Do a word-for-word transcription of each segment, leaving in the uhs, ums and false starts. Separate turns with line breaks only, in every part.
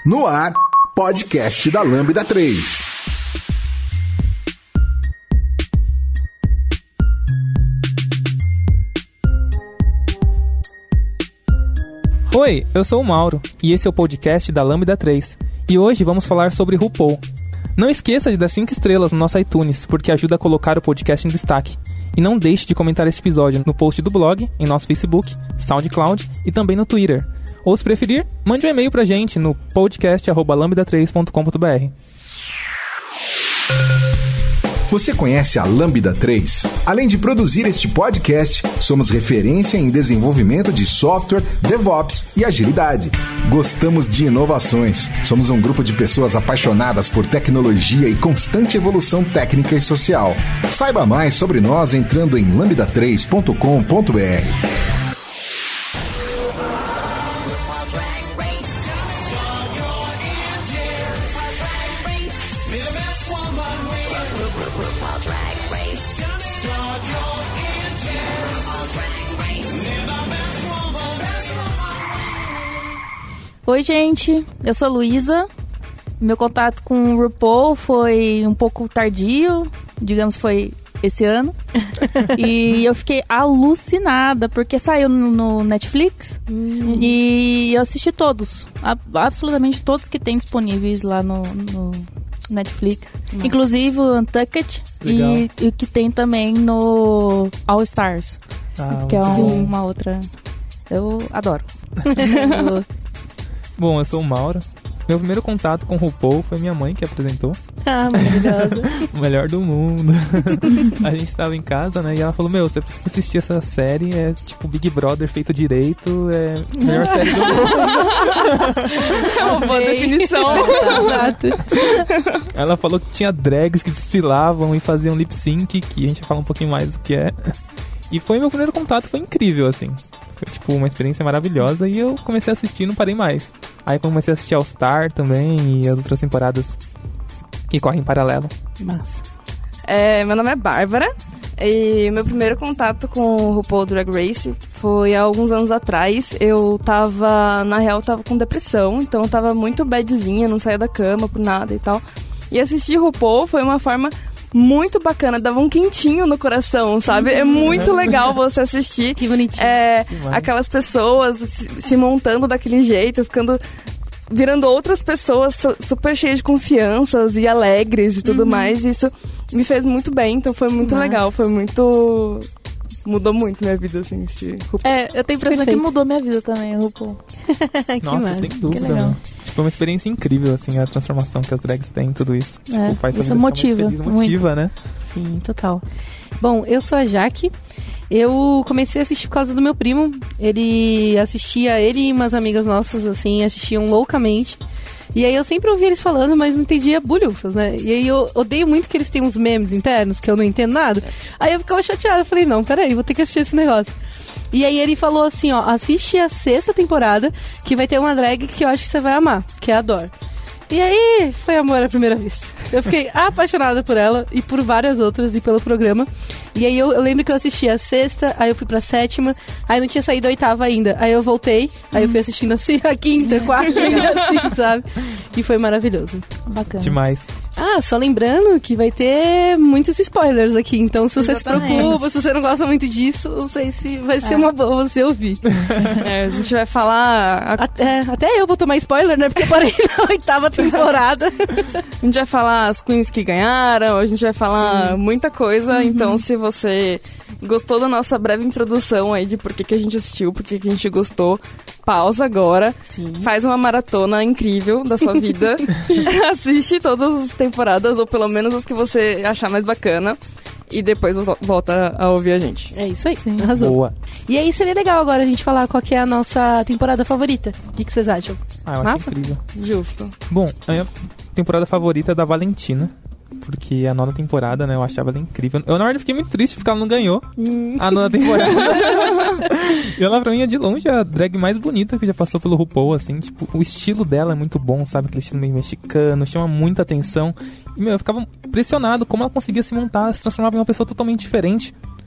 No ar, podcast da Lambda três.
Oi, eu sou o Mauro e esse é o podcast da Lambda três. E hoje vamos falar sobre RuPaul. Não esqueça de dar cinco estrelas no nosso iTunes, porque ajuda a colocar o podcast em destaque. E não deixe de comentar esse episódio no post do blog, em nosso Facebook, SoundCloud e também no Twitter. Ou se preferir, mande um e-mail pra gente no podcast arroba lambda três ponto com ponto b r.
Você conhece a Lambda três? Além de produzir este podcast, somos referência em desenvolvimento de software, DevOps e agilidade. Gostamos de inovações. Somos um grupo de pessoas apaixonadas por tecnologia e constante evolução técnica e social. Saiba mais sobre nós entrando em lambda três ponto com ponto b r.
Oi, gente, eu sou a Luísa. Meu contato com o RuPaul foi um pouco tardio, digamos, foi esse ano. E eu fiquei alucinada, porque saiu no, no Netflix uhum. e eu assisti todos, a, absolutamente todos que tem disponíveis lá no, no Netflix. Nossa. Inclusive o Untucked e, e que tem também no All Stars, ah, que é um, uma outra... Eu adoro.
Bom, eu sou o Mauro. Meu primeiro contato com o RuPaul foi minha mãe que apresentou.
Ah, maravilhoso.
O melhor do mundo. A gente tava em casa, né? E ela falou, meu, você precisa assistir essa série. É tipo Big Brother feito direito. É a melhor série do mundo.
É uma boa definição. Exato.
Ela falou que tinha drags que destilavam e faziam lip sync, que a gente vai falar um pouquinho mais do que é. E foi meu primeiro contato, foi incrível, assim. Foi, tipo, uma experiência maravilhosa e eu comecei a assistir e não parei mais. Aí comecei a assistir All Star também e as outras temporadas que correm em paralelo.
Massa. É, meu nome é Bárbara e meu primeiro contato com o RuPaul Drag Race foi há alguns anos atrás. Eu tava, na real, tava com depressão, então eu tava muito badzinha, não saía da cama por nada e tal. E assistir RuPaul foi uma forma muito bacana, dava um quentinho no coração, sabe? É muito legal você assistir.
Que bonitinho.
É, aquelas pessoas se, se montando daquele jeito, ficando... virando outras pessoas su- super cheias de confianças e alegres e tudo uhum. mais. Isso me fez muito bem, então foi muito Nossa. legal. Foi muito... Mudou muito minha vida, assim, assistir RuPaul.
É, eu tenho a impressão Perfeito. que mudou minha vida também, RuPaul.
Que Nossa, massa. Sem dúvida, né? Tipo, é uma experiência incrível, assim, a transformação que as drags têm, tudo isso.
É,
tipo, faz
isso motiva.
Feliz, motiva, né?
Sim, total. Bom, eu sou a Jaque. Eu comecei a assistir por causa do meu primo. Ele assistia, ele e umas amigas nossas, assim, assistiam loucamente. E aí eu sempre ouvia eles falando, mas não entendia bulhufas, né? E aí eu odeio muito que eles têm uns memes internos, que eu não entendo nada. Aí eu ficava chateada, eu falei, não, peraí, vou ter que assistir esse negócio. E aí ele falou assim, ó, assiste a sexta temporada, que vai ter uma drag que eu acho que você vai amar, que é a Dor. E aí, foi amor à primeira vista. Eu fiquei apaixonada por ela e por várias outras e pelo programa. E aí eu, eu lembro que eu assisti a sexta, aí eu fui pra sétima, aí não tinha saído a oitava ainda. Aí eu voltei, aí eu fui assistindo assim a quinta, quarta, assim, sabe? E foi maravilhoso.
Bacana.
Demais.
Ah, só lembrando que vai ter muitos spoilers aqui, então se você
Exatamente.
se preocupa, se você não gosta muito disso, não sei se vai ser é. uma boa você ouvir.
É, a gente vai falar... A...
Até, até eu vou tomar spoiler, né? Porque eu parei na oitava temporada.
A gente vai falar as queens que ganharam, a gente vai falar Sim. muita coisa, uhum. então se você gostou da nossa breve introdução aí de por que, que a gente assistiu, por que, que a gente gostou, pausa agora, Sim. faz uma maratona incrível da sua vida, assiste todas as temporadas, ou pelo menos as que você achar mais bacana, e depois volta a ouvir a gente.
É isso aí, Sim. arrasou.
Boa.
E aí seria legal agora a gente falar qual que é a nossa temporada favorita. O que, que vocês acham?
Ah, eu
Massa?
acho incrível.
Justo.
Bom, a minha temporada favorita é da Valentina. Porque a nona temporada, né, eu achava ela incrível. Eu, na verdade, fiquei muito triste porque ela não ganhou hum. a nona temporada. E ela, pra mim, é de longe a drag mais bonita que já passou pelo RuPaul, assim. Tipo, o estilo dela é muito bom, sabe? Aquele estilo meio mexicano, chama muita atenção. E, meu, eu ficava impressionado como ela conseguia se montar, se transformava em uma pessoa totalmente diferente.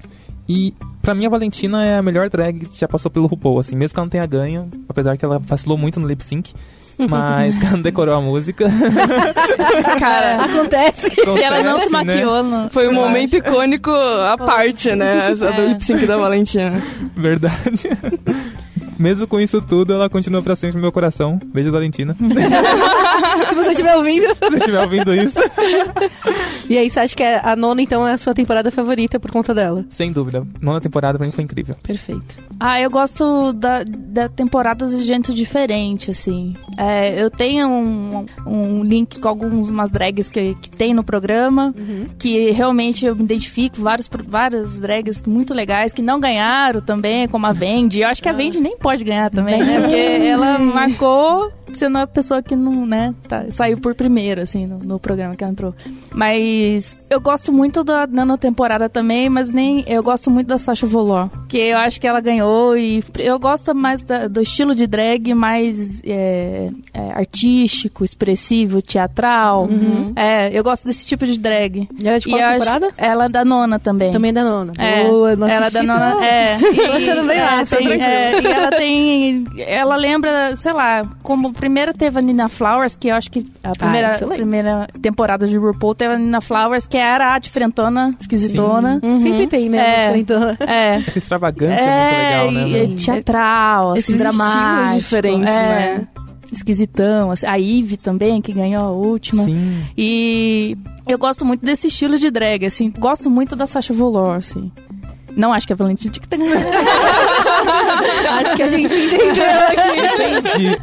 E pra mim a Valentina é a melhor drag que já passou pelo RuPaul, assim, mesmo que ela não tenha ganho, apesar que ela vacilou muito no lip sync. Mas que ela não decorou a música.
Cara, acontece.
E ela não se
né?
maquiou. Não.
Foi um momento icônico à parte, né? Essa do
É.
lip sync da Valentina.
Verdade. Mesmo com isso tudo, ela continua pra sempre no meu coração. Beijo, Valentina.
Se você estiver ouvindo.
Se você estiver ouvindo isso.
E aí, você acha que a nona, então, é a sua temporada favorita por conta dela?
Sem dúvida. Nona temporada pra mim foi incrível.
Perfeito.
Ah, eu gosto da, da temporadas de gente diferente, assim. É, eu tenho um, um link com algumas umas drags que, que tem no programa,
Uhum.
que realmente eu me identifico, vários, várias drags muito legais, que não ganharam também, como a Vendi. Eu acho que a Vendi nem pode ganhar também, né? Porque ela marcou sendo a pessoa que não, né, tá, saiu por primeiro, assim, no, no programa que ela entrou. Mas eu gosto muito da nona temporada também, mas nem eu gosto muito da Sasha Velour, que eu acho que ela ganhou e eu gosto mais da, do estilo de drag mais é, é, artístico, expressivo, teatral.
Uhum.
É, eu gosto desse tipo de drag.
E ela é de
E
qual
eu acho-
temporada?
Ela é da nona também.
Também da nona.
É,
Boa, não
ela é da
assisti,
nona.
tá?
É.
Tô achando bem
é,
massa,
tem-
tranquilo.
é, e ela tem. Ela lembra, sei lá, como primeiro teve a Nina Flowers, que eu acho que a primeira,
isso eu lembro.
primeira temporada de RuPaul teve a Nina Flowers, que era a diferentona, esquisitona.
Uhum. Sempre tem, né?
É.
Diferentona.
É.
Essa extravagância é, muito legal, né?
e-
velho?
e teatral, assim,
Esses
dramático.
estilos diferentes,
é,
né?
Esquisitão. Assim. A Ivy também, que ganhou a última.
Sim.
E eu gosto muito desse estilo de drag, assim. Gosto muito da Sasha Velour, assim. Não acho que a Valentina tinha que ter ganhado.
Acho que a gente entendeu aqui.
Entendi.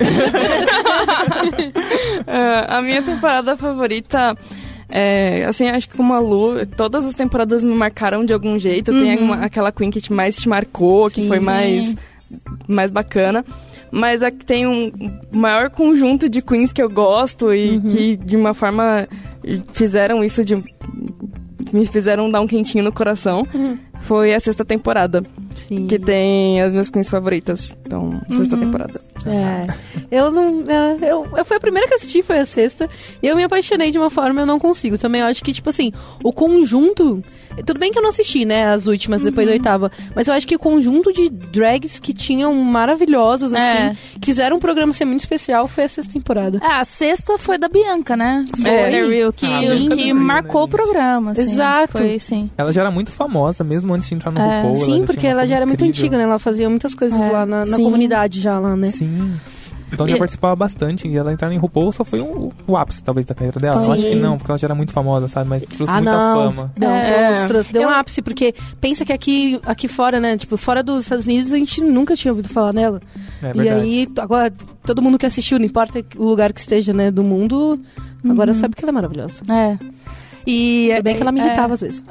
É, a minha temporada favorita... É, assim, acho que como a Lu, todas as temporadas me marcaram de algum jeito.
Uhum.
Tem uma- aquela Queen que te mais te marcou, que
Sim,
foi
sim.
mais, mais bacana. Mas a que tem um maior conjunto de Queens que eu gosto e que de uma forma fizeram isso de... me fizeram dar um quentinho no coração. Foi a sexta temporada,
Sim.
que tem as minhas Queens favoritas. Então, sexta temporada.
É. Eu não. é, Eu, eu, foi a primeira que assisti, foi a sexta. E eu me apaixonei de uma forma eu não consigo. Também eu acho que, tipo assim, o conjunto. Tudo bem que eu não assisti, né? As últimas, depois da oitava. Mas eu acho que o conjunto de drags que tinham maravilhosas, assim,
É.
que fizeram um programa ser muito especial, foi a sexta temporada.
Ah, a sexta foi da Bianca, né? Foi
É.
The Real, que,
Ah, a Bianca
que
Del Rio,
marcou
né,
o programa. Assim.
Exato.
Foi, sim.
Ela já era muito famosa, mesmo antes de entrar no
É,
RuPaul.
Sim,
já
porque
tinha uma
ela já era
fama
muito
incrível.
antiga, né? Ela fazia muitas coisas
É,
lá na, na
sim.
comunidade já lá, né?
Sim. Então já
E-
participava bastante. E ela entrar em RuPaul só foi um, o ápice, talvez, da carreira dela. Eu
Sim.
acho que não, porque ela já era muito famosa, sabe? Mas trouxe
Ah,
muita
não.
fama.
Não,
É.
trouxe, trouxe. Deu
Eu-
um ápice, porque pensa que aqui, aqui fora, né? Tipo, fora dos Estados Unidos, a gente nunca tinha ouvido falar nela.
É
E
verdade.
aí, t- agora, todo mundo que assistiu, não importa o lugar que esteja, né, do mundo, agora sabe que ela é maravilhosa.
É. E,
Tudo bem que ela me
é,
irritava às vezes.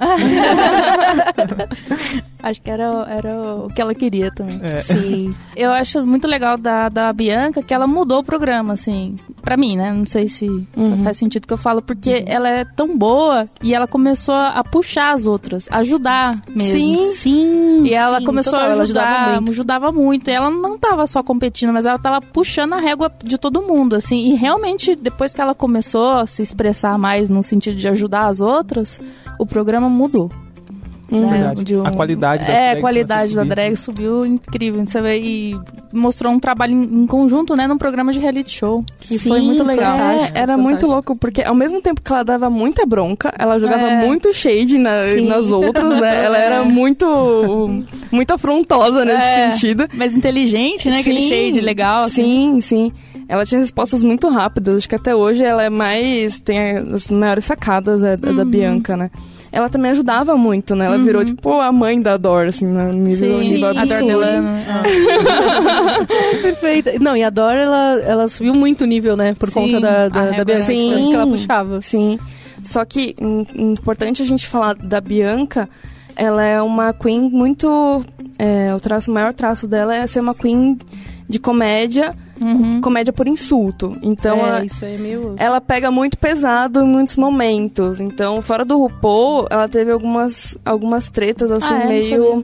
Acho que era, era o que ela queria também.
É.
Sim.
Eu acho muito legal da, da Bianca que ela mudou o programa, assim. Pra mim, né? Não sei se faz sentido o que eu falo, porque ela é tão boa e ela começou a puxar as outras, ajudar mesmo.
Sim.
E ela
sim,
começou
total,
a
ela
ajudar,
ajudava muito.
ajudava muito. E ela não tava só competindo, mas ela tava puxando a régua de todo mundo, assim. E realmente, depois que ela começou a se expressar mais no sentido de ajudar as outras, o programa mudou. né?
Verdade.
De um-
A qualidade da
É,
drag
a qualidade
começou a
da
subir.
drag subiu incrível. Você vê, e mostrou um trabalho em, em conjunto, né? Num programa de reality show. Que
Sim,
foi muito legal.
fantástico.
É, era
fantástico.
muito louco, porque ao mesmo tempo que ela dava muita bronca, ela jogava
É.
muito shade na-
Sim.
nas outras, né? Ela era
É.
muito, muito afrontosa nesse
É,
sentido.
Mas inteligente, né? Aquele
Sim.
shade legal. assim.
Sim, sim. Ela tinha respostas muito rápidas. Acho que até hoje ela é mais... Tem as maiores sacadas é, é
Uhum.
da Bianca, né? Ela também ajudava muito, né? Ela virou, tipo, a mãe da Dor, assim, no nível,
Sim,
nível
a Dor
absurdo.
Delano. É.
Perfeita. Não, e a Dora, ela, ela subiu muito o nível, né? Por
Sim,
conta da,
a
da, da
régua
Bianca,
Sim.
tanto que ela puxava.
Sim. Só que, im- importante a gente falar da Bianca, ela é uma queen muito... é, o traço, o maior traço dela é ser uma queen de comédia,
Uhum.
comédia por insulto. Então,
é,
a-
isso aí é meio...
ela pega muito pesado em muitos momentos. Então, fora do RuPaul, ela teve algumas, algumas tretas, assim,
Ah, é? Não
meio...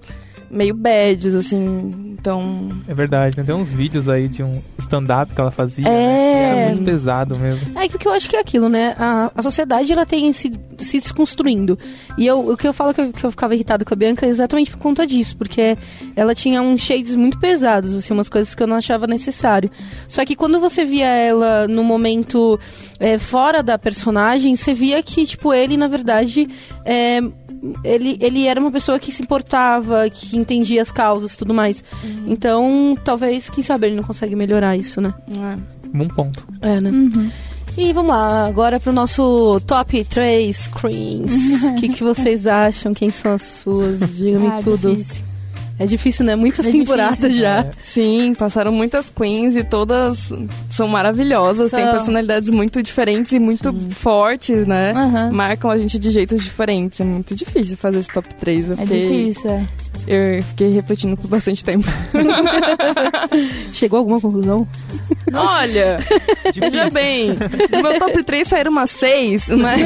meio bads, assim, então...
É verdade, né? Tem uns vídeos aí de um stand-up que ela fazia,
É.
né? Isso é muito pesado mesmo.
É que o que eu acho que é aquilo, né? A, a sociedade, ela tem se, se desconstruindo. E eu, o que eu falo que eu, que eu ficava irritada com a Bianca é exatamente por conta disso. Porque ela tinha uns shades muito pesados, assim, umas coisas que eu não achava necessário. Só que quando você via ela no momento é, fora da personagem, você via que, tipo, ele, na verdade... É, Ele, ele era uma pessoa que se importava, que entendia as causas e tudo mais. Uhum. Então, talvez, quem sabe, ele não consegue melhorar isso, né?
É.
Bom ponto.
É, né?
Uhum.
E vamos lá, agora pro nosso top três screens. O que, que vocês acham? Quem são as suas? Diga-me
Ah,
tudo.
difícil.
É difícil, né? Muitas
É
temporadas
difícil,
já.
É.
Sim, passaram muitas queens e todas são maravilhosas.
São.
Têm personalidades muito diferentes e muito
Sim.
fortes, né?
Aham.
Marcam a gente de jeitos diferentes. É muito difícil fazer esse top três. Eu
É
fiquei,
difícil, é.
Eu fiquei refletindo por bastante tempo.
Chegou a alguma conclusão?
Olha, veja bem, do meu top três saíram umas seis, mas...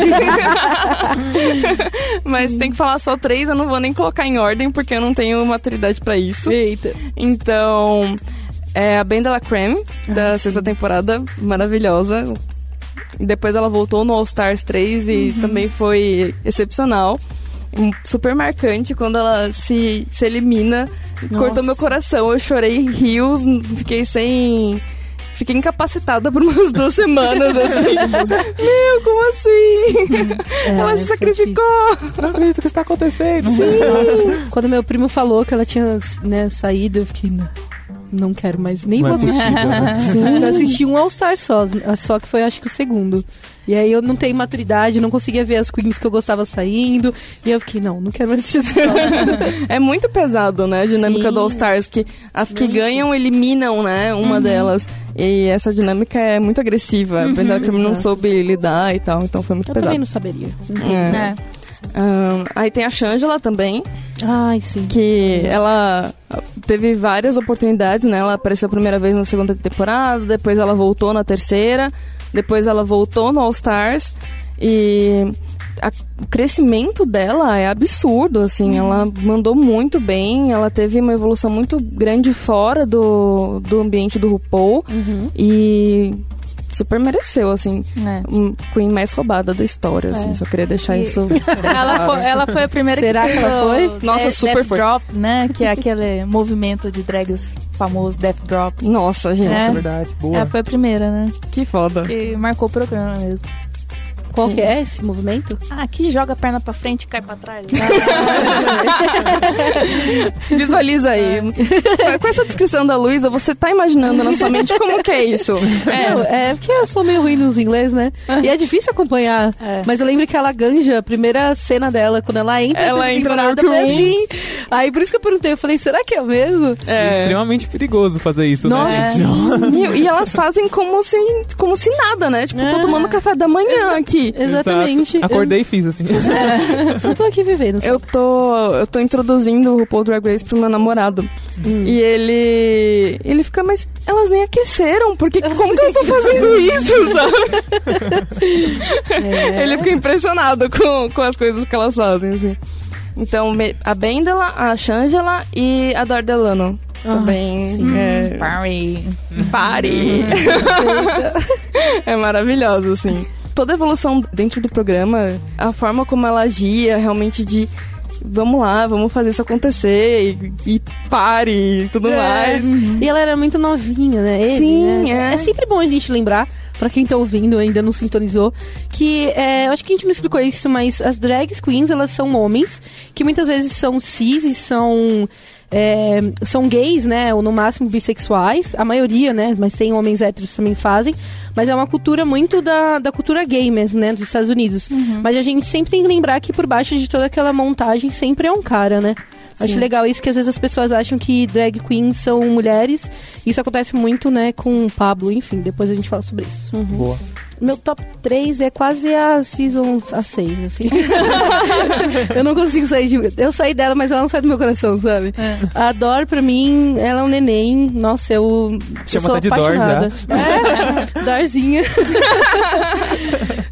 mas tem que falar só três, eu não vou nem colocar em ordem, porque eu não tenho maturidade pra isso.
Eita.
Então, é a Ben de la Creme, da
Ah,
sexta
sim.
temporada, maravilhosa. Depois ela voltou no All Stars três e também foi excepcional. Um- Super marcante quando ela se, se elimina.
Nossa.
Cortou meu coração. Eu chorei rios, fiquei sem... Fiquei incapacitada por umas duas semanas, assim. Meu, como assim?
É,
ela se
foi
sacrificou.
Não acredito que está acontecendo.
Nossa, quando meu primo falou que ela tinha, né, saído, eu fiquei, não, não quero mais, nem
Não
vou
é
assistir.
possível, né?
Sim. Eu assisti um All Star só, só que foi acho que o segundo. E aí eu não tenho maturidade, não conseguia ver as queens que eu gostava saindo. E eu fiquei, não, não quero mais assistir isso.
É muito pesado, né? A dinâmica
Sim.
do All Stars, que as que
Muito.
ganham eliminam, né? Uma delas. E essa dinâmica é muito agressiva. A Ben de la Creme não
Exato.
soube lidar e tal, então foi muito
Eu
pesado.
também não saberia.
É.
É.
Ahn, aí tem a Shangela também,
Ai, sim.
que ela teve várias oportunidades, né? Ela apareceu a primeira vez na segunda temporada, depois ela voltou na terceira, depois ela voltou no All Stars e a- o crescimento dela é absurdo, assim, ela mandou muito bem, ela teve uma evolução muito grande fora do, do ambiente do RuPaul
Uhum.
e super mereceu, assim,
É.
um Queen mais roubada da história, assim,
É.
só queria deixar
E-
isso.
Ela foi, ela foi a primeira
Será
que
que
fez
ela
o
foi?
Nossa,
Death-
super
Death
foi.
Drop, né? Que é aquele movimento de drags famoso, Death Drop.
Nossa, gente,
Nossa,
É.
é verdade. Boa.
Ela foi a primeira, né?
que foda.
Que marcou o programa mesmo.
Qual que é esse movimento?
Ah, que joga a perna pra frente e cai pra trás.
Visualiza aí. Com- Com essa descrição da Luísa, você tá imaginando na sua mente como que é isso?
Não,
É,
é porque eu sou meio ruim nos inglês, né? E é difícil acompanhar.
É.
Mas eu lembro que ela ganja, a primeira cena dela, quando ela entra
Ela
nessa
entra
temporada,
no
foi
Queen.
assim. Aí por isso que eu perguntei, eu falei, será que é o mesmo?
É
é.
extremamente perigoso fazer isso,
Nossa.
né?
E, e elas fazem como se, como se nada, né? Tipo, tô
É.
tomando café da manhã aqui.
Exatamente.
Exato. Acordei e fiz assim.
Eu só tô aqui vivendo. só.
Eu tô, eu tô introduzindo o RuPaul Drag Race pro meu namorado.
Hum.
E ele. Ele fica, mas elas nem aqueceram. Porque, como que elas estão fazendo isso, sabe?
É.
Ele fica impressionado com, com as coisas que elas fazem, assim. Então, me- a Bendela, a Shangela e a Dor Delano.
Ah,
Também.
sim.
É,
Party.
pare! É maravilhoso, assim. Toda a evolução dentro do programa, a forma como ela agia, realmente de vamos lá, vamos fazer isso acontecer e, e pare e tudo
É.
mais.
E ela era muito novinha, né? Ele,
Sim,
né?
é.
É sempre bom a gente lembrar, pra quem tá ouvindo ainda não sintonizou, que é, eu acho que a gente não explicou isso, mas as drag queens, elas são homens, que muitas vezes são cis e são... é, são gays, né, ou no máximo bissexuais, a maioria, né, mas tem homens héteros que também fazem, mas é uma cultura muito da, da cultura gay mesmo, né, dos Estados Unidos. Mas a gente sempre tem que lembrar que por baixo de toda aquela montagem sempre é um cara, né. Acho
Sim.
legal isso, que às vezes as pessoas acham que drag queens são mulheres. Isso acontece muito, né, com o Pablo, enfim, depois a gente fala sobre isso.
Boa.
Meu top três é quase a season a seis, assim. Eu não consigo sair de... Eu saí dela, mas ela não sai do meu coração, sabe?
É.
A Dor, pra mim, ela é um neném. Nossa, eu, eu
Chama
sou
até de Dor
apaixonada. É, Dorzinha.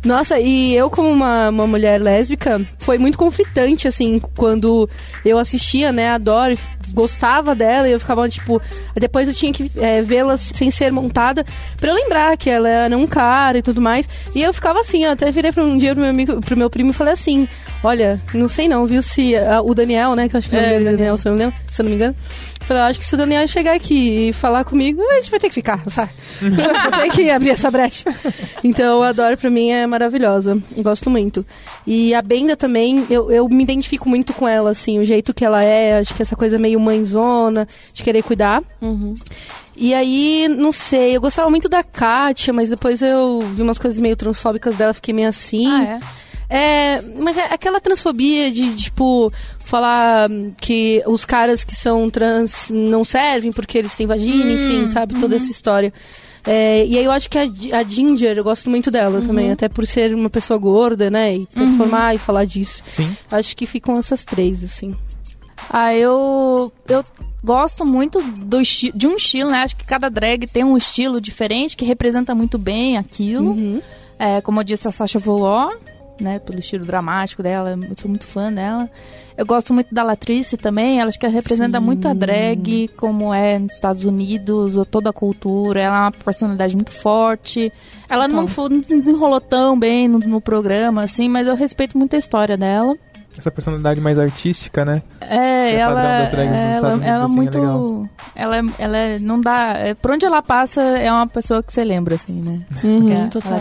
Nossa, e eu como uma, uma mulher lésbica, foi muito conflitante, assim, quando eu assistia, né, a Dory, gostava dela e eu ficava, tipo... Depois eu tinha que é, vê-la sem ser montada pra eu lembrar que ela era um cara e tudo mais. E eu ficava assim, eu até virei pra um dia pro meu, amigo, pro meu primo e falei assim... Olha, não sei não, viu, se a, o Daniel, né, que eu acho que é o Daniel, se eu não me engano, se eu não me engano... Eu falei, acho que se o Daniel chegar aqui e falar comigo, a gente vai ter que ficar, sabe? Vou ter que abrir essa brecha. Então, a Dory pra mim é maravilhosa. Gosto muito. E a Benda também, eu, eu me identifico muito com ela, assim, o jeito que ela é, acho que essa coisa meio mãezona, de querer cuidar.
Uhum.
E aí, não sei, eu gostava muito da Kátia, mas depois eu vi umas coisas meio transfóbicas dela, fiquei meio assim.
Ah, é?
É, mas é aquela transfobia de, de, tipo, falar que os caras que são trans não servem porque eles têm vagina, hum, enfim, sabe? Toda uhum. essa história. É, e aí eu acho que a, a Ginger, eu gosto muito dela uhum. também, até por ser uma pessoa gorda, né? E performar uhum. e falar disso.
Sim.
Acho que ficam essas três, assim.
Ah, eu... eu... gosto muito do esti- de um estilo, né? Acho que cada drag tem um estilo diferente que representa muito bem aquilo. Uhum. É, como eu disse, a Sasha Velour, né? Pelo estilo dramático dela, eu sou muito fã dela. Eu gosto muito da Latrice também, ela acho que ela representa Sim. muito a drag, como é nos Estados Unidos, ou toda a cultura. Ela é uma personalidade muito forte. Ela então. não, não se desenrolou tão bem no, no programa, assim, mas eu respeito muito a história dela.
Essa personalidade mais artística, né?
É,
é
ela,
das drags
ela,
Estados Unidos,
ela
assim,
muito,
é legal.
ela, ela é, não dá, é, por onde ela passa é uma pessoa que você lembra, assim, né?
Uhum,
é,
total.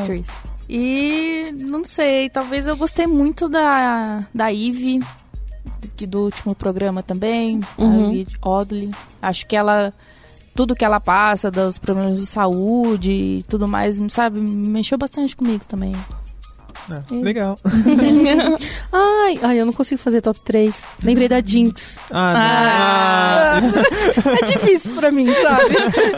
E não sei, talvez eu gostei muito da da Ivy, que do último programa também,
uhum.
a Ivy Oddly. Acho que ela tudo que ela passa, dos problemas de saúde e tudo mais, sabe, mexeu bastante comigo também.
Ah, legal.
ai, ai, eu não consigo fazer top três. Lembrei da Jinx.
Ah,
ah. É difícil pra mim, sabe?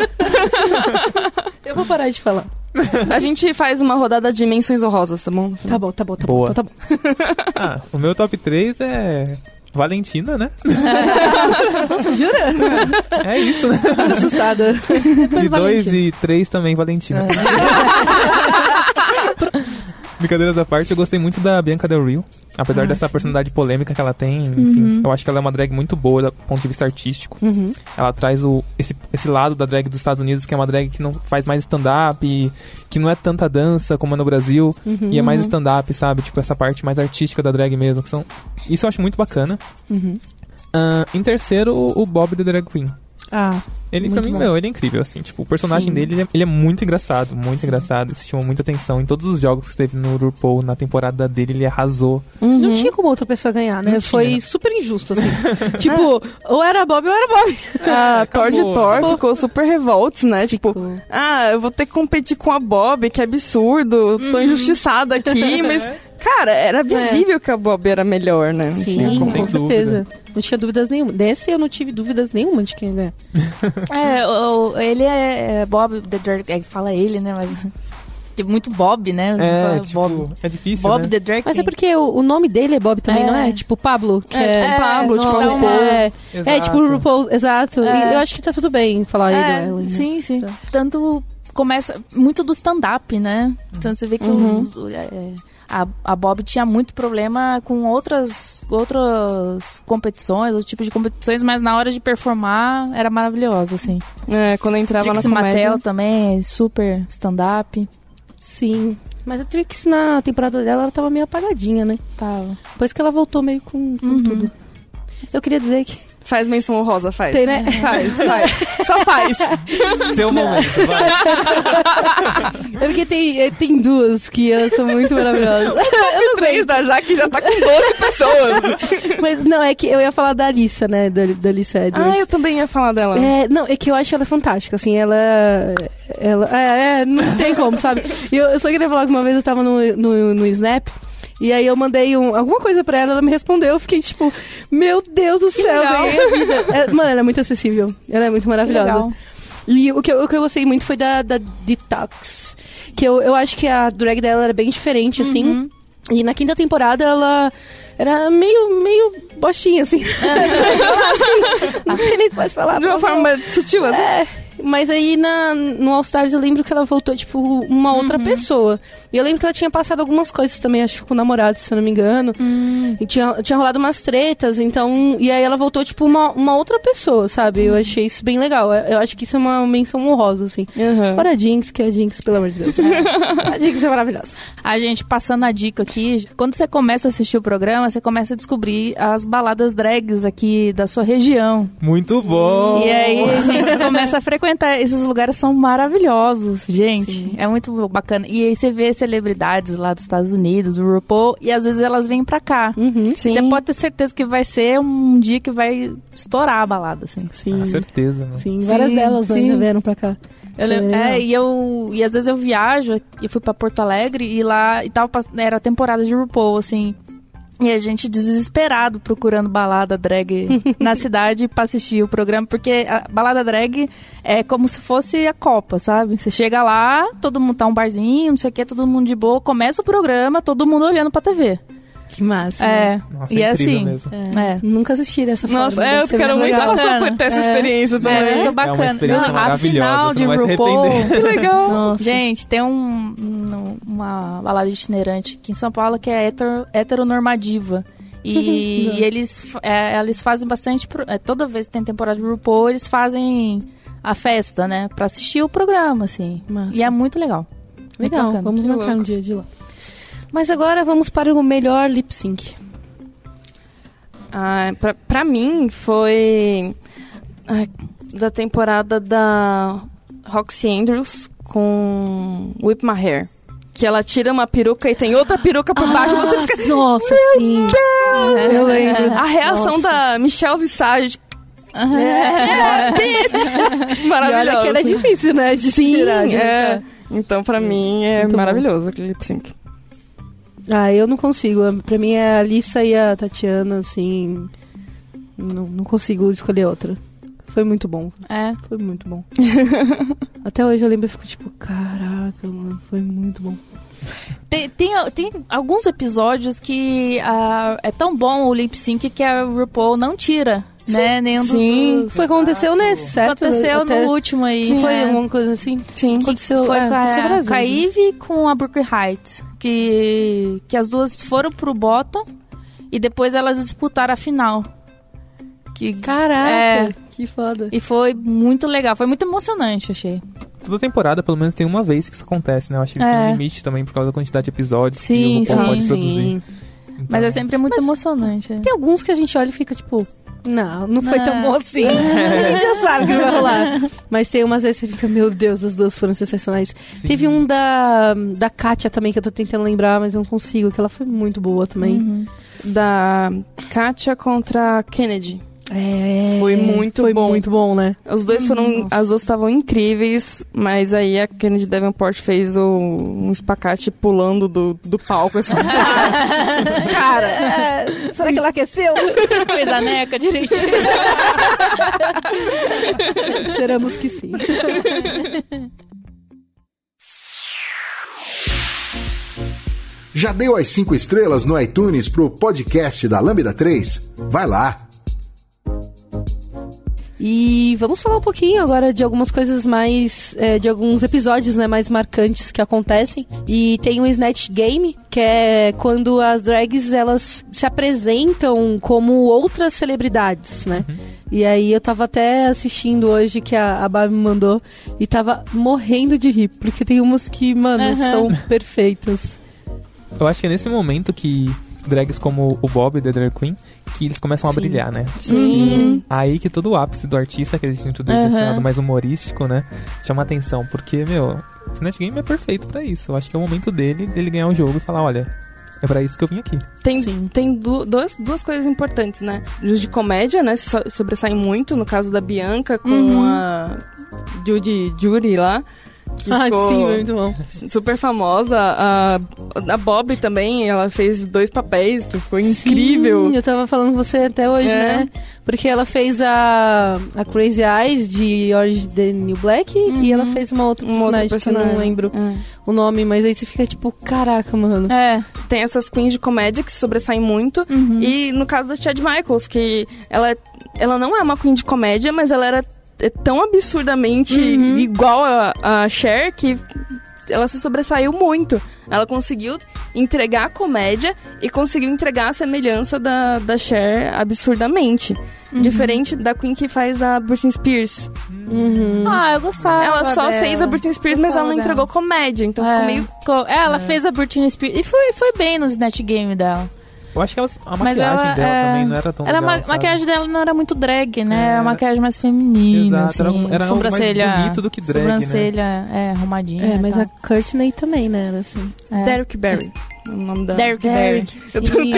Eu vou parar de falar.
A gente faz uma rodada de menções honrosas, tá bom?
Tá bom, tá bom, tá
Boa.
bom. Tá bom.
Ah, o meu top três é Valentina, né?
Nossa, jura?
É isso, né?
Tô assustada.
E dois e três também Valentina. Brincadeiras à parte, eu gostei muito da Bianca Del Rio. Apesar ah, dessa sim. personalidade polêmica que ela tem, enfim, uhum. eu acho que ela é uma drag muito boa do ponto de vista artístico.
Uhum.
Ela traz o, esse, esse lado da drag dos Estados Unidos, que é uma drag que não faz mais stand-up, que não é tanta dança como é no Brasil,
uhum.
e é mais stand-up, sabe? Tipo, essa parte mais artística da drag mesmo. Que são... Isso eu acho muito bacana.
Uhum.
Uh, em terceiro, o Bob The Drag Queen.
Ah,
ele, pra mim, não, ele é incrível, assim, tipo, o personagem Sim. dele, ele é, ele é muito engraçado, muito Sim. engraçado, isso chamou muita atenção, em todos os jogos que teve no RuPaul, na temporada dele, ele arrasou.
Uhum. Não tinha como outra pessoa ganhar, né?
Não
Foi
tinha.
super injusto, assim. Tipo, ou era Bob ou era Bob.
A Thor de Thor
acabou.
ficou super revolts, né? Tipo, ficou. ah, eu vou ter que competir com a Bob, que absurdo, tô uhum. injustiçada aqui, mas... Cara, era visível é. que a Bob era melhor, né?
Sim,
Sim com,
com certeza. Não tinha dúvidas nenhuma. Desse eu não tive dúvidas nenhuma de quem ia ganhar.
É, o, ele é Bob the Drag Queen, fala ele, né? Mas tipo, muito Bob, né?
É,
Bob.
tipo, é difícil,
Bob
né?
the Drag Queen.
Mas é porque o, o nome dele é Bob também,
é.
não é? Tipo Pablo, que
é,
é...
Tipo Pablo, tipo
nome,
RuPaul.
É, é, tipo o RuPaul, exato.
É.
E eu acho que tá tudo bem falar
é,
ele ou ela. Né?
Sim, sim.
Tá.
Tanto começa muito do stand-up, né? Então você vê que
uhum.
os, é, a, a Bob tinha muito problema com outras, outras competições, outro tipo de competições, mas na hora de performar era maravilhosa, assim.
É, quando entrava
Trixie
na comédia.
Mattel também, super stand-up.
Sim. Mas a Trix, na temporada dela, ela tava meio apagadinha, né?
Tava.
Depois que ela voltou meio com, com
uhum.
tudo. Eu queria dizer que...
Faz menção honrosa, faz.
Tem, né?
Faz, faz. Só faz.
Seu momento, vai.
É porque tem, tem duas que elas são muito maravilhosas.
Eu três da Jaque já tá com doze pessoas.
Mas não, é que eu ia falar da Alissa, né? Da, da Alissa Edwards.
Ah, eu também ia falar dela.
É, não, é que eu acho ela fantástica, assim, ela... ela é, é, não tem como, sabe? E eu, eu só queria falar que uma vez eu tava no, no, no Snap... E aí eu mandei um, alguma coisa pra ela, ela me respondeu, eu fiquei tipo, meu Deus do céu, ganhei a vida. É, mano, ela é muito acessível, ela é muito maravilhosa. E o que, eu, o que eu gostei muito foi da, da Detox, que eu, eu acho que a drag dela era bem diferente, assim.
Uhum.
E na quinta temporada ela era meio, meio bostinha, assim. assim não sei nem se pode falar.
De uma forma sutil, assim.
É. Mas aí na, no All Stars eu lembro que ela voltou, tipo, uma outra
Uhum.
pessoa. E eu lembro que ela tinha passado algumas coisas também, acho que com o namorado, se eu não me engano.
Hum.
E tinha, tinha rolado umas tretas, então... E aí ela voltou, tipo, uma, uma outra pessoa, sabe? Eu achei isso bem legal. Eu, eu acho que isso é uma menção honrosa, assim.
Uhum.
Fora a Jinx, que é a Jinx, pelo amor de Deus. A Jinx é maravilhosa.
A gente passando a dica aqui, quando você começa a assistir o programa, você começa a descobrir as baladas drags aqui da sua região.
Muito bom!
E aí a gente começa a frequentar. Esses lugares são maravilhosos, gente.
Sim.
É muito bacana. E aí você vê celebridades lá dos Estados Unidos, do RuPaul, e às vezes elas vêm pra cá.
Uhum.
E você pode ter certeza que vai ser um dia que vai estourar a balada, assim.
Sim.
Com certeza, né?
Sim, várias
Sim,
delas né,
sim.
já vieram pra cá.
Eu
Isso é
lembro-
legal.
é, e eu e às vezes eu viajo e fui pra Porto Alegre e lá e tava, pass- era a temporada de RuPaul, assim. E a gente desesperado procurando balada drag na cidade pra assistir o programa, porque a balada drag é como se fosse a Copa, sabe? Você chega lá, todo mundo tá um barzinho, não sei o que, todo mundo de boa, começa o programa, todo mundo olhando pra T V.
Que massa.
É,
Nossa,
e é
incrível
assim.
mesmo.
É.
Nunca assisti dessa forma.
Nossa, é,
deve
eu
ser
quero
bem
muito
legal.
passar por ter essa
É.
experiência também.
É muito
É
bacana.
uma experiência
a
maravilhosa,
final
você
de
não vai se
RuPaul.
arrepender.
Que legal.
Nossa.
Gente, tem um, um- uma balada itinerante aqui em São Paulo que é hetero, heteronormativa. E, e eles, é, eles fazem bastante... pro- é, toda vez que tem temporada de RuPaul, eles fazem a festa, né? Pra assistir o programa, assim.
Massa.
E é muito legal. Muito
Legal,
bacana.
vamos
Que
marcar
louco.
um dia de lá. Mas agora vamos para o melhor lip sync.
Ah, pra, pra mim, foi ah, da temporada da Roxy Andrews com Whip My Hair. Que ela tira uma peruca e tem outra peruca por baixo. Você fica...
Nossa, sim.
É,
Eu lembro.
A reação
Nossa.
da Michelle Visage, tipo,
E
maravilhosa.
olha que era difícil, né? De
Sim,
tirar, de
é.
brincar.
Então, pra mim, é
Muito bom.
maravilhoso aquele lip sync.
Ah, eu não consigo. Pra mim é a Alissa e a Tatiana, assim... Não, não consigo escolher outra. Foi muito bom.
É.
Foi muito bom. Até hoje eu lembro e fico tipo, caraca, mano, foi muito bom.
Tem, tem, tem alguns episódios que ah, é tão bom o lip sync que a RuPaul não tira, né? Nenhum
Sim.
dos...
Foi aconteceu nesse, certo?
Aconteceu
Até-
no último aí.
Sim, foi
é.
alguma coisa assim?
Sim.
Aconteceu,
Foi
é,
com,
aconteceu
a,
várias
com a
vezes.
Eve e com a Brooke Heights. Que, que as duas foram pro bottom e depois elas disputaram a final. Que,
Caraca,
É.
que foda.
e foi muito legal. Foi muito emocionante, achei.
Toda temporada, pelo menos, tem uma vez que isso acontece, né? Eu acho que eles
É.
têm um limite também por causa da quantidade de episódios
Sim,
que o RuPaul
sim.
pode produzir.
Sim.
Então,
Mas é sempre muito
Mas-
emocionante. é.
Tem alguns que a gente olha e fica tipo, não, não foi
Não.
tão bom assim. A gente já sabe o que vai rolar. Mas tem umas vezes que você fica, meu Deus, as duas foram sensacionais.
Sim.
Teve um da, da Kátia também, que eu tô tentando lembrar, mas eu não consigo, que ela foi muito boa também.
Uhum.
Da Katia contra a Kennedy.
É,
Foi muito
foi
bom.
muito bom, né?
Os dois foram...
Nossa.
As duas estavam incríveis, mas aí a Kennedy Davenport fez o, um espacate pulando do, do palco. Assim.
Cara, é, será que ela aqueceu?
Fez a neca direitinho.
Esperamos que sim.
Já deu as cinco estrelas no iTunes pro podcast da Lambda três? Vai lá!
E vamos falar um pouquinho agora de algumas coisas mais... é, de alguns episódios, né, mais marcantes que acontecem. E tem o Snatch Game, que é quando as drags, elas se apresentam como outras celebridades, né? E aí eu tava até assistindo hoje, que a, a Babi me mandou, e tava morrendo de rir, porque tem umas que, mano,
Uhum.
são perfeitas.
Eu acho que é nesse momento que drags como o Bob, The Drag Queen, que eles começam a
Sim.
brilhar, né?
Sim.
Aí que todo o ápice do artista, que a gente dentro desse
Aham.
lado mais humorístico, né? Chama atenção, porque, meu, o Snatch Game é perfeito pra isso. Eu acho que é o momento dele, dele ganhar o jogo e falar, olha, é pra isso que eu vim aqui.
Tem,
Sim.
tem du- duas, duas coisas importantes, né? Os de comédia, né? Se so- sobressaem muito, no caso da Bianca com
Uhum.
a Judy Judy lá. Que
Ah,
ficou
sim, muito bom.
super famosa. A, a Bob também, ela fez dois papéis, ficou incrível.
Sim, eu tava falando com você até hoje,
É.
né? Porque ela fez a, a Crazy Eyes de Orange the New Black
Uhum.
e ela fez uma outra
Uma outra
personagem, que eu não lembro
É.
o nome, mas aí você fica tipo, caraca, mano.
É.
Tem essas queens de comédia que se sobressaem muito.
Uhum.
E no caso da Chad Michaels, que ela, ela não é uma queen de comédia, mas ela era é tão absurdamente
Uhum.
igual a, a Cher que ela se sobressaiu muito. Ela conseguiu entregar a comédia e conseguiu entregar a semelhança da, da Cher absurdamente.
Uhum.
Diferente da Queen que faz a Britney Spears.
Uhum.
Ah, eu gostava.
Ela só
dela.
fez a Britney Spears, mas ela não
Gostava
entregou
dela.
comédia. Então
É.
ficou meio...
Co- é, ela fez a Britney Spears. E foi, foi bem no Snatch Game dela.
Eu acho que ela- a
Mas
maquiagem
ela,
dela
é,
também não era tão
Era
legal,
ma-
sabe?
maquiagem dela não era muito drag, né?
É.
Era uma maquiagem mais feminina,
Exato, era-
assim.
era algo mais
sobrancelha,
bonito do que drag, né?
sobrancelha, é, arrumadinha.
É, mas
e
a Courtney também, né? Era assim.
tal. É.
Derrick Barry. O nome da...
Derrick Barry.
Eu tô
Sim.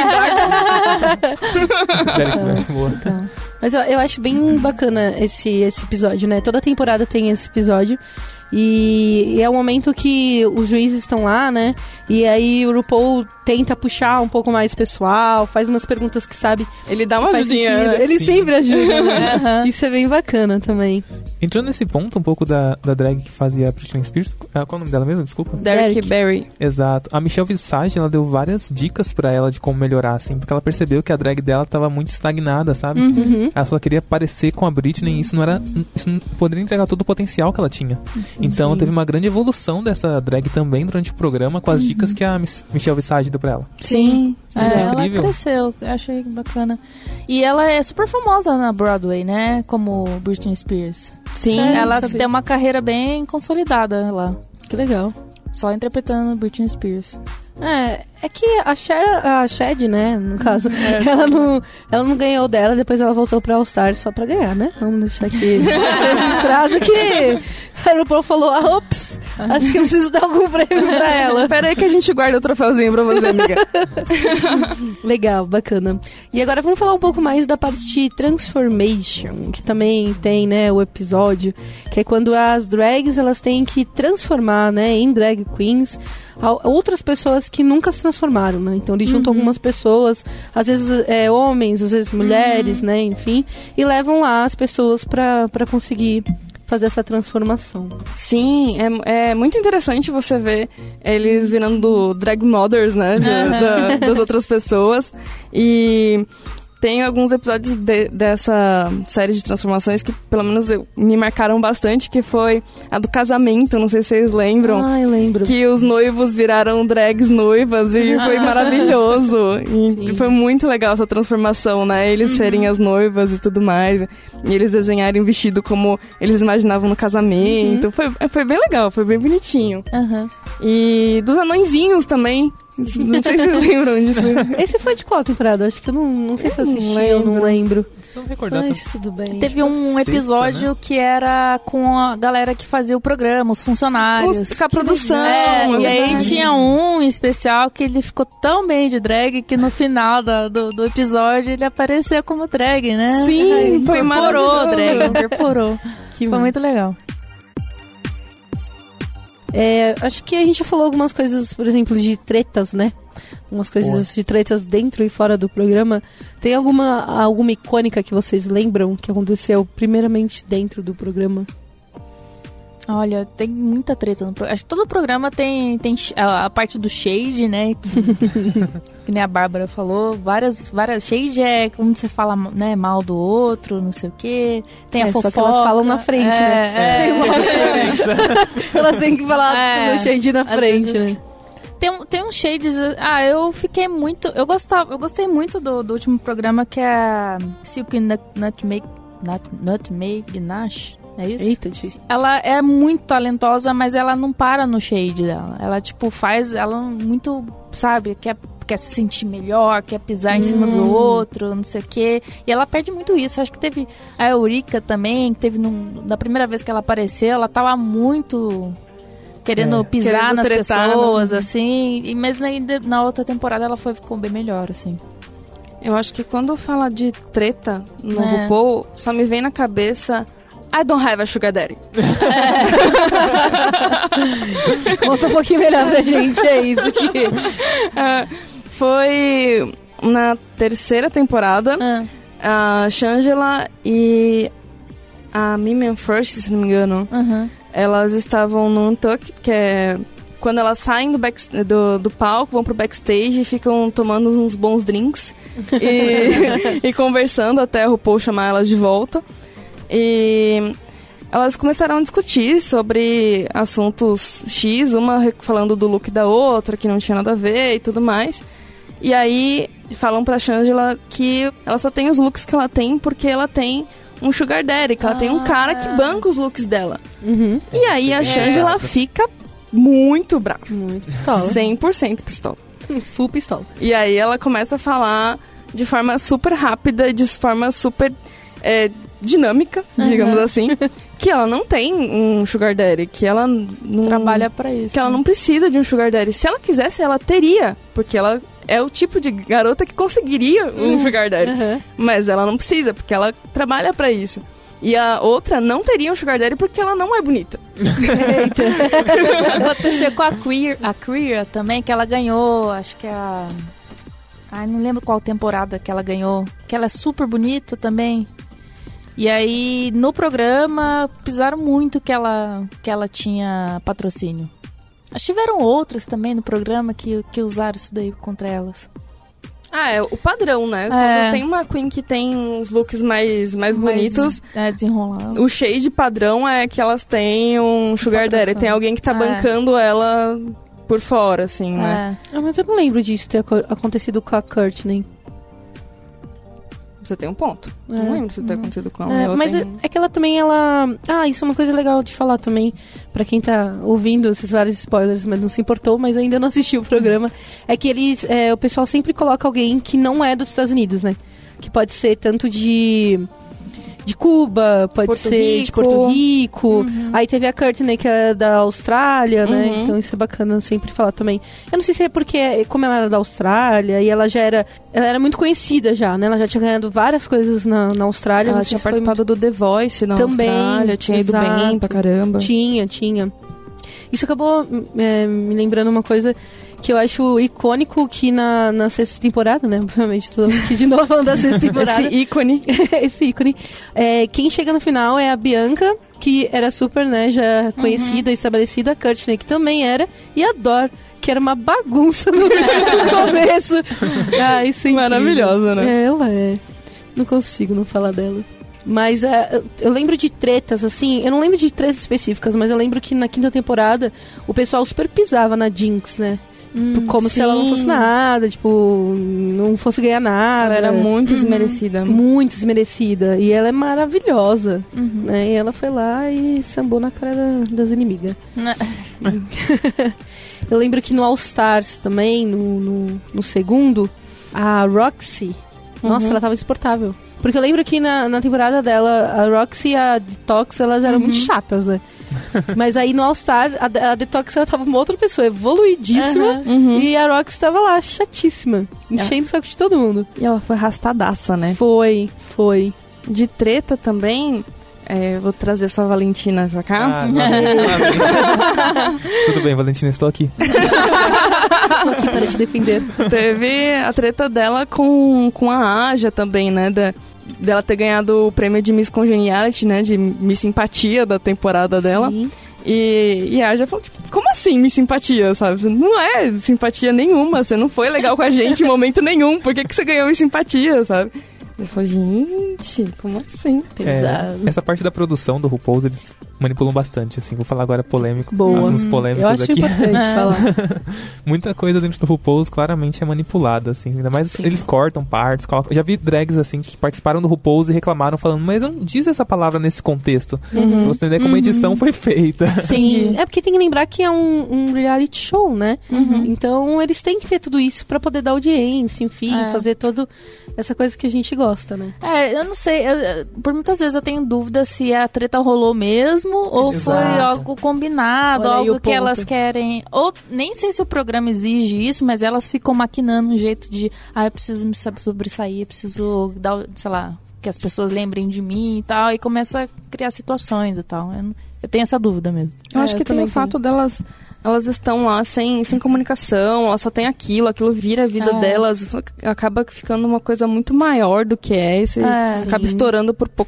Derek Barry, boa.
Então, mas eu, eu acho bem bacana esse, esse episódio, né? Toda temporada tem esse episódio. E, e é o momento que os juízes estão lá, né? E aí o RuPaul tenta puxar um pouco mais o pessoal, faz umas perguntas que sabe
Ele dá uma
faz
ajudinha,
sentido.
né?
Ele
Sim.
sempre ajuda, né?
Aham.
Isso é bem bacana também.
Entrando nesse ponto um pouco da, da drag que fazia a Britney Spears, ah, qual é o nome dela mesmo? Desculpa.
Derrick
Derrick.
Barry.
Exato. A Michelle Visage, ela deu várias dicas pra ela de como melhorar, assim, porque ela percebeu que a drag dela tava muito estagnada, sabe?
Uhum.
Ela só queria parecer com a Britney e isso não era. Isso não poderia entregar todo o potencial que ela tinha. Então
sim.
teve uma grande evolução dessa drag também durante o programa com as dicas que a Miss- Michelle Visage deu pra ela.
Sim.
Isso
É,
é
ela
incrível.
cresceu, eu achei bacana. E ela é super famosa na Broadway, né? Como Britney Spears.
Sim.
Sério?
Ela
sabia.
tem uma carreira bem consolidada lá.
Que legal.
Só interpretando Britney Spears.
É, é que a Cher, a Shed, né, no caso, ela, não, ela não ganhou dela, depois ela voltou pra All Stars só pra ganhar, né? Vamos deixar aqui registrado que a RuPaul falou, ah, ops, acho que eu preciso dar algum prêmio pra ela.
Pera aí que a gente guarda o troféuzinho pra você, amiga.
Legal, bacana. E agora vamos falar um pouco mais da parte de Transformation, que também tem, né, o episódio, que é quando as drags, elas têm que transformar, né, em drag queens, a- outras pessoas que nunca se transformaram, né? Então eles juntam algumas pessoas, às vezes é, homens, às vezes mulheres, né, enfim, e levam lá as pessoas pra, pra conseguir fazer essa transformação.
Sim, é, é muito interessante você ver eles virando drag mothers, né? de- da- das outras pessoas. E tem alguns episódios de- dessa série de transformações que, pelo menos, eu- me marcaram bastante, que foi a do casamento, não sei se vocês lembram.
Ai, lembro.
Que os noivos viraram drags noivas e foi maravilhoso. E
Sim.
foi muito legal essa transformação, né? Eles serem as noivas e tudo mais. E eles desenharem o vestido como eles imaginavam no casamento. Foi, foi bem legal, foi bem bonitinho.
Aham.
E dos anõezinhos também. Não sei se vocês lembram disso.
Esse foi de qual temporada? Acho que eu não, não sei se eu
Eu não
assisti, eu não
lembro.
lembro.
Se não recordar,
Mas tudo bem.
Teve um
sexta,
episódio
né?
que era com a galera que fazia o programa, os funcionários.
Os- Com a produção.
É,
é
e aí
verdade.
tinha um em especial que ele ficou tão bem de drag que no final da- do, do episódio ele aparecia como drag, né?
Sim,
Aí
foi
incorporou
maravilhoso.
drag, incorporou.
Que
Foi muito legal.
É, acho que a gente já falou algumas coisas, por exemplo, de tretas, né? Algumas coisas de tretas dentro e fora do programa. Tem alguma, alguma icônica que vocês lembram que aconteceu primeiramente dentro do programa?
Olha, tem muita treta no programa. Acho que todo programa tem, tem sh- a, a parte do shade, né? Que, que nem a Bárbara falou. Várias, várias. Shade é como você fala, né, mal do outro, não sei o quê. Tem a
É, só
fofoca.
que elas falam na frente,
é,
né?
É,
Tem uma- Elas têm que falar
É,
o shade na
às
frente,
vezes-
né?
Tem, um- tem um shades. Ah, eu fiquei muito. Eu gostava, eu gostei muito do, do último programa que é a Silk Nut- Nutmeg. Nut, Nutmeg Nash. É isso?
Eita, difícil.
Ela é muito talentosa, mas ela não para no shade dela. Ela, tipo, faz. Ela muito. Sabe? Quer, quer se sentir melhor, quer pisar em cima do outro, não sei o quê. E ela perde muito isso. Acho que teve a Eurica também, que teve. Num, na primeira vez que ela apareceu, ela tava muito. Querendo
É.
pisar
Querendo
nas
tretar,
pessoas,
né?
assim. E, mas na, na outra temporada ela foi, ficou bem melhor, assim.
Eu acho que quando fala de treta no
É.
RuPaul, só me vem na cabeça I don't have a sugar daddy.
Conta um pouquinho melhor pra gente, é isso que...
É, foi na terceira temporada,
Ah,
a Shangela e a Mimian First, se não me engano,
aham.
elas estavam no Untucked, que é quando elas saem do, back, do, do palco, vão pro backstage e ficam tomando uns bons drinks e, e conversando até o RuPaul chamar elas de volta. E elas começaram a discutir sobre assuntos X, uma falando do look da outra, que não tinha nada a ver e tudo mais. E aí falam pra Shangela que ela só tem os looks que ela tem porque ela tem um sugar daddy, que ela ah. tem um cara que banca os looks dela.
Uhum.
E aí a Shangela é. fica muito brava.
Muito pistola.
cem por cento pistola.
Full pistola.
E aí ela começa a falar de forma super rápida, de forma super é, dinâmica, uhum. digamos assim, que ela não tem um sugar daddy, que ela não
trabalha pra isso.
Que ela não precisa de um sugar daddy. Se ela quisesse, ela teria, porque ela é o tipo de garota que conseguiria um sugar daddy. Uhum. Mas ela não precisa, porque ela trabalha pra isso. E a outra não teria um sugar daddy porque ela não é bonita.
Aconteceu com a Queer, a Queer também, que ela ganhou, acho que é a... Ai, não lembro qual temporada que ela ganhou. Que ela é super bonita também. E aí, no programa, pisaram muito que ela, que ela tinha patrocínio. Acho que tiveram outras também no programa que, que usaram isso daí contra elas.
Ah, é o padrão, né?
É.
Quando tem uma Queen que tem uns looks mais, mais, mais bonitos...
É, desenrolado.
O shade padrão é que elas têm um sugar daddy. Tem alguém que tá é. bancando ela por fora, assim, né?
É. Ah, mas eu não lembro disso ter acontecido com a Courtney.
Você tem um ponto. É. Não lembro se tem acontecido com ela.
É,
ela
mas
tem...
é, é que ela também, ela... Ah, isso é uma coisa legal de falar também, pra quem tá ouvindo esses vários spoilers, mas não se importou, mas ainda não assistiu o programa, é que eles... É, o pessoal sempre coloca alguém que não é dos Estados Unidos, né? Que pode ser tanto de... de Cuba, pode
Porto
ser
Rico.
de Porto Rico.
Uhum.
Aí teve a Courtney, que é da Austrália, né?
Uhum.
Então isso é bacana sempre falar também. Eu não sei se é porque, como ela era da Austrália, e ela já era... Ela era muito conhecida já, né? Ela já tinha ganhado várias coisas na, na Austrália.
Ela tinha participado muito... do The Voice na
também,
Austrália. Tinha ido
exato.
bem pra caramba.
Tinha, tinha. Isso acabou é, me lembrando uma coisa... que eu acho icônico, que na, na sexta temporada, né? Obviamente, todo mundo aqui de novo falando da sexta temporada.
Esse ícone.
Esse ícone. É, quem chega no final é a Bianca, que era super, né, já conhecida, uhum. estabelecida. A Courtney, que também era. E a Dor, que era uma bagunça no, no começo. Ah, isso é incrível.
Maravilhosa, né?
É, ela é. Não consigo não falar dela. Mas uh, eu, eu lembro de tretas, assim, eu não lembro de tretas específicas, mas eu lembro que na quinta temporada o pessoal super pisava na Jinx, né? Hum, Como sim. se ela não fosse nada, tipo, não fosse ganhar nada.
Ela era muito
uhum.
desmerecida.
Muito desmerecida. E ela é maravilhosa.
Uhum.
Né? E ela foi lá e sambou na cara da, das inimigas. Eu lembro que no All Stars também, no, no, no segundo, a Roxy, uhum. nossa, ela tava insuportável. Porque eu lembro que na, na temporada dela, a Roxy e a Detox, elas eram uhum. muito chatas, né? Mas aí no All Star, a, a Detox ela tava uma outra pessoa, evoluidíssima.
Uhum.
E a Roxy tava lá, chatíssima, enchendo o saco de todo mundo.
E ela foi arrastadaça, né?
Foi, foi.
De treta também... É, vou trazer sua Valentina pra cá.
Ah, tudo bem, Valentina, estou aqui.
Estou aqui para te defender.
Teve a treta dela com, com a Aja também, né? Da, dela ter ganhado o prêmio de Miss Congeniality, né? De Miss Simpatia da temporada dela.
Sim.
E, e a Aja falou, tipo, como assim Miss Simpatia, sabe? Você não é simpatia nenhuma, você não foi legal com a gente em momento nenhum. Por que, que você ganhou Miss Simpatia, sabe? Eu falei, gente, como assim?
É, essa parte da produção do RuPaul's, eles manipulam bastante, assim. Vou falar agora polêmico.
Boa.
Uns polêmicos
Eu acho
aqui.
importante
É.
falar.
Muita coisa dentro do RuPaul's claramente é manipulada, assim. Ainda mais
Sim.
eles cortam partes. Colocam... Já vi drags, assim, que participaram do RuPaul's e reclamaram, falando, mas eu não diz essa palavra nesse contexto.
Uhum.
Pra você entender como a edição foi feita.
Sim. É porque tem que lembrar que é um, um reality show, né?
Uhum.
Então eles têm que ter tudo isso pra poder dar audiência, enfim,
É.
fazer toda essa coisa que a gente gosta, né?
É, eu não sei, eu- eu- por muitas vezes eu tenho dúvida se a treta rolou mesmo ou
Exato.
foi algo combinado,
Olha aí
algo
o
que
ponto.
elas querem. Ou nem sei se o programa exige isso, mas elas ficam maquinando um jeito de, ah, eu preciso me sab- sobressair, eu preciso dar, sei lá, que as pessoas lembrem de mim e tal, e começa a criar situações e tal. Eu, não- eu tenho essa dúvida mesmo.
Eu
É,
acho
eu
que tem
também
o fato delas... Elas estão lá sem, sem comunicação, elas só tem aquilo, aquilo vira a vida
É.
delas, acaba ficando uma coisa muito maior do que é, e você
É.
acaba
Sim.
estourando por poucas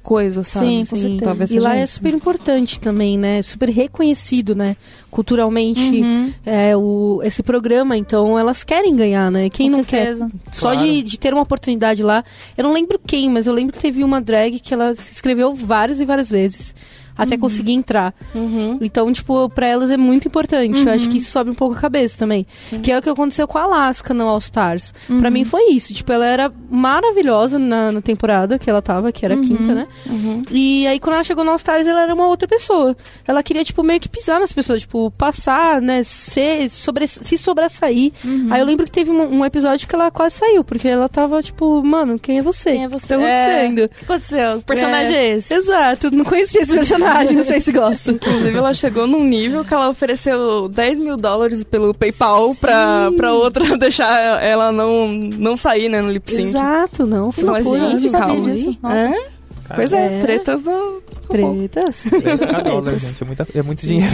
coisa, sabe?
Sim, com certeza.
Talvez
E
seja
lá é
isso.
super importante também, né? Super reconhecido, né? Culturalmente,
Uhum.
é, o, esse programa. Então, elas querem ganhar, né? Quem
Com
não
certeza.
quer? Só
Claro.
de, de ter uma oportunidade lá. Eu não lembro quem, mas eu lembro que teve uma drag que ela se inscreveu várias e várias vezes. Até conseguir entrar.
Uhum.
Então, tipo, pra elas é muito importante.
Uhum.
Eu acho que isso sobe um pouco a cabeça também. Que é o que aconteceu com a Alaska no All Stars.
Uhum.
Pra mim foi isso. Tipo, ela era maravilhosa na, na temporada que ela tava, que era a
Uhum.
quinta, né?
Uhum.
E aí, quando ela chegou no All Stars, ela era uma outra pessoa. Ela queria, tipo, meio que pisar nas pessoas. Tipo, passar, né? Ser, sobre, se sobressair.
Uhum.
Aí eu lembro que teve um, um episódio que ela quase saiu. Porque ela tava, tipo, mano, quem é você?
Quem é você?
O que tá acontecendo?
É. O que aconteceu? Que personagem é, esse?
Exato, não conhecia esse personagem, não sei se gosta.
Inclusive, ela chegou num nível que ela ofereceu dez mil dólares pelo PayPal pra, pra outra deixar ela não, não sair, né, no lip sync.
Exato, não. Foi
Fala,
loucura,
gente,
não sabia
calma
disso.
aí. Nossa.
É? Pois é,
É.
tretas do...
Tretas.
trinta dólares, gente. É, muita, é muito dinheiro.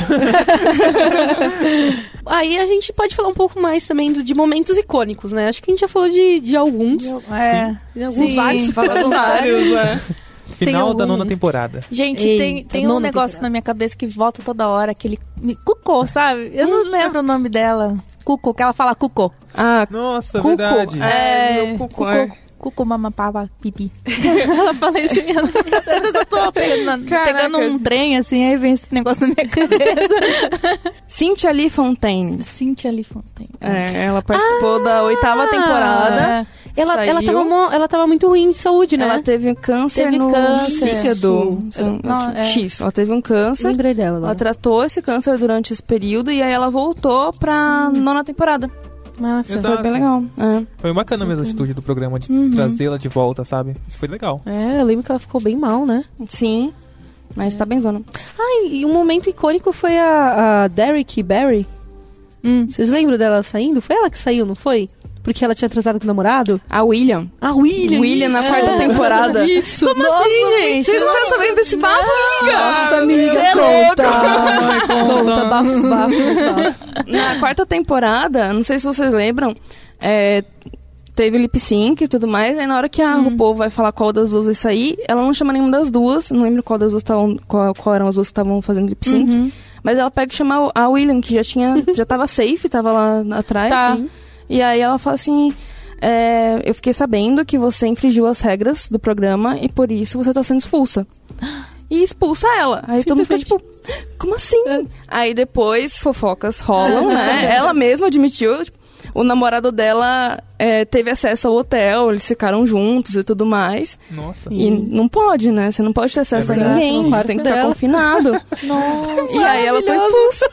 Aí a gente pode falar um pouco mais também do- de momentos icônicos, né? Acho que a gente já falou de, de alguns.
É.
De alguns
Sim.
vários.
Falou
Vários, né?
Final
algum-
da nona temporada.
Gente,
Eita,
tem, tem um
nona
negócio
temporada.
na minha cabeça que volta toda hora, aquele Cucô, sabe? Eu não lembro o nome dela. Cucô, que ela fala Cucô.
Ah,
Nossa,
Cuco.
verdade.
É, meu cuco, é.
Cucô, mamapava, pipi. Ela fala isso mesmo. Às vezes eu tô pegando,
Caraca.
pegando um trem, assim, aí vem esse negócio na minha cabeça.
Cynthia Lee Fontaine.
Cynthia Lee Fontaine.
É, ela participou da oitava temporada.
É.
Ela, ela,
Saiu.
tava, mo- ela tava muito ruim de saúde, né?
Ela teve câncer
Teve
no
câncer.
fígado.
Sim. Não, é.
X. Ela teve um câncer.
Lembrei dela
Ela
agora.
tratou esse câncer durante esse período e aí ela voltou pra nona temporada.
Nossa.
Exato.
Foi bem legal. É.
Foi bacana mesmo a atitude do programa de
Uhum.
trazê-la de volta, sabe? Isso foi legal.
É, eu lembro que ela ficou bem mal, né?
Sim. Mas tá bem zona.
Ah, e um momento icônico foi a, a Derek Barry.
Hum.
Vocês lembram dela saindo? Foi ela que saiu, não foi? Porque ela tinha atrasado com o namorado?
A William.
Ah, William!
William na
isso.
quarta temporada.
Isso!
Como
Nossa,
assim, gente?
Vocês não estão sabendo desse bafo, amiga?
Nossa, amiga,
Você é
conta!
louca.
Conta, bafo, bafo, bafo.
Na quarta temporada, não sei se vocês lembram, é, teve lip sync e tudo mais, aí na hora que a
Hum.
RuPaul vai falar qual das duas vai sair, ela não chama nenhuma das duas, não lembro qual das duas tavam, qual, qual eram as duas que estavam fazendo lip sync,
Uhum.
mas ela pega e chama a William, que já tinha, já tava safe, tava lá atrás,
Tá.
assim, e aí ela fala assim... é, eu fiquei sabendo que você infringiu as regras do programa e por isso você tá sendo expulsa. E expulsa ela. Aí todo mundo fica tipo, como assim? Aí depois fofocas rolam, né? Ela mesma admitiu, tipo, o namorado dela é, teve acesso ao hotel, eles ficaram juntos e tudo mais.
Nossa.
E não pode, né? Você não pode ter acesso
É
a
verdade.
ninguém,
No
você
quarto
tem que ficar
dela.
confinado.
Nossa.
E aí ela foi expulsa.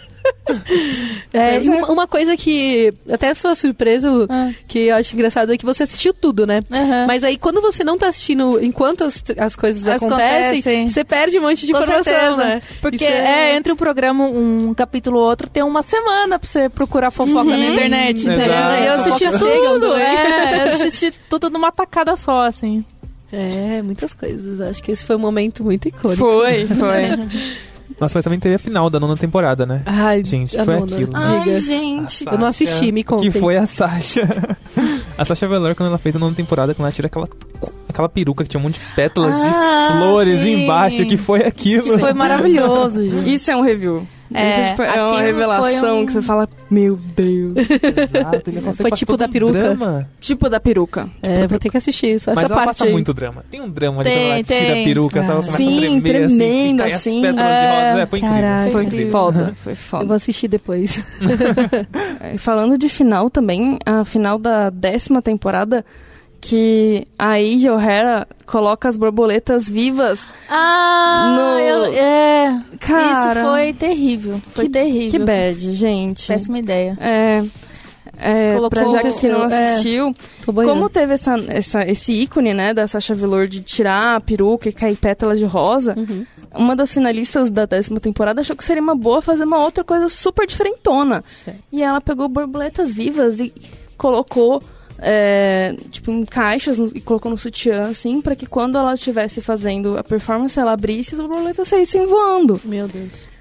É,
Pois
e
é.
uma, uma coisa que até sua surpresa, Lu,
Ah.
que eu acho engraçado, é que você assistiu tudo, né?
Aham.
Mas aí quando você não tá assistindo enquanto as, as coisas
As
acontecem,
acontecem.
você perde um monte de
Com
informação,
certeza.
né?
Porque
Isso
é... entre o programa, um capítulo ou outro, tem uma semana pra você procurar fofoca na internet,
Exato.
entendeu? E eu assisti
Fofocas chegam
tudo,
também.
é, eu assisti tudo numa tacada só, assim.
É, muitas coisas. Acho que esse foi um momento muito icônico.
Foi, foi.
Nossa, mas também teve a final da nona temporada, né?
Ai,
Gente,
a
foi
nona.
aquilo.
Diga.
Ai, gente.
Eu não assisti, me contem.
Que foi a Sasha. A Sasha Velour, quando ela fez a nona temporada, quando ela tira aquela, aquela peruca que tinha um monte de pétalas
Ah,
de flores
sim.
embaixo, que foi aquilo.
Foi maravilhoso, gente.
Isso é um review.
É,
Isso foi- é uma
aquilo
revelação
foi um-
que você fala, meu Deus.
Exato, ele consegue
Foi
passar
tipo
todo
da
um
peruca?
drama.
Tipo da peruca.
É, vou ter que assistir isso.
Mas
Essa
ela
parte
passa
aí.
muito drama. Tem um drama ali
Tem,
quando ela tira
tem.
a peruca,
Ah.
ela começa
Sim,
a tremer,
tremendo,
assim,
assim.
cai as pétalas
É,
de rosa. É, foi incrível.
caralho.
Foi
incrível.
foda, foi
Eu
foda.
vou assistir depois.
É, Falando de final também, a final da décima temporada, que a Age O'Hara coloca as borboletas vivas.
Ah,
No-
eu, é.
Cara,
Isso foi terrível. Foi
que,
terrível.
Que bad, gente.
Péssima ideia.
É, é,
Colocou
pra já que não
é.
assistiu,
Tô boiando.
como teve essa, essa, esse ícone, né, da Sasha Velour de tirar a peruca e cair pétalas de rosa,
Uhum.
uma das finalistas da décima temporada achou que seria uma boa fazer uma outra coisa super diferentona.
Certo.
E ela pegou borboletas vivas e colocou, é, tipo, em caixas no- e colocou no sutiã, assim, pra que quando ela estivesse fazendo a performance, ela abrisse e as borboletas saíssem voando.
Meu Deus.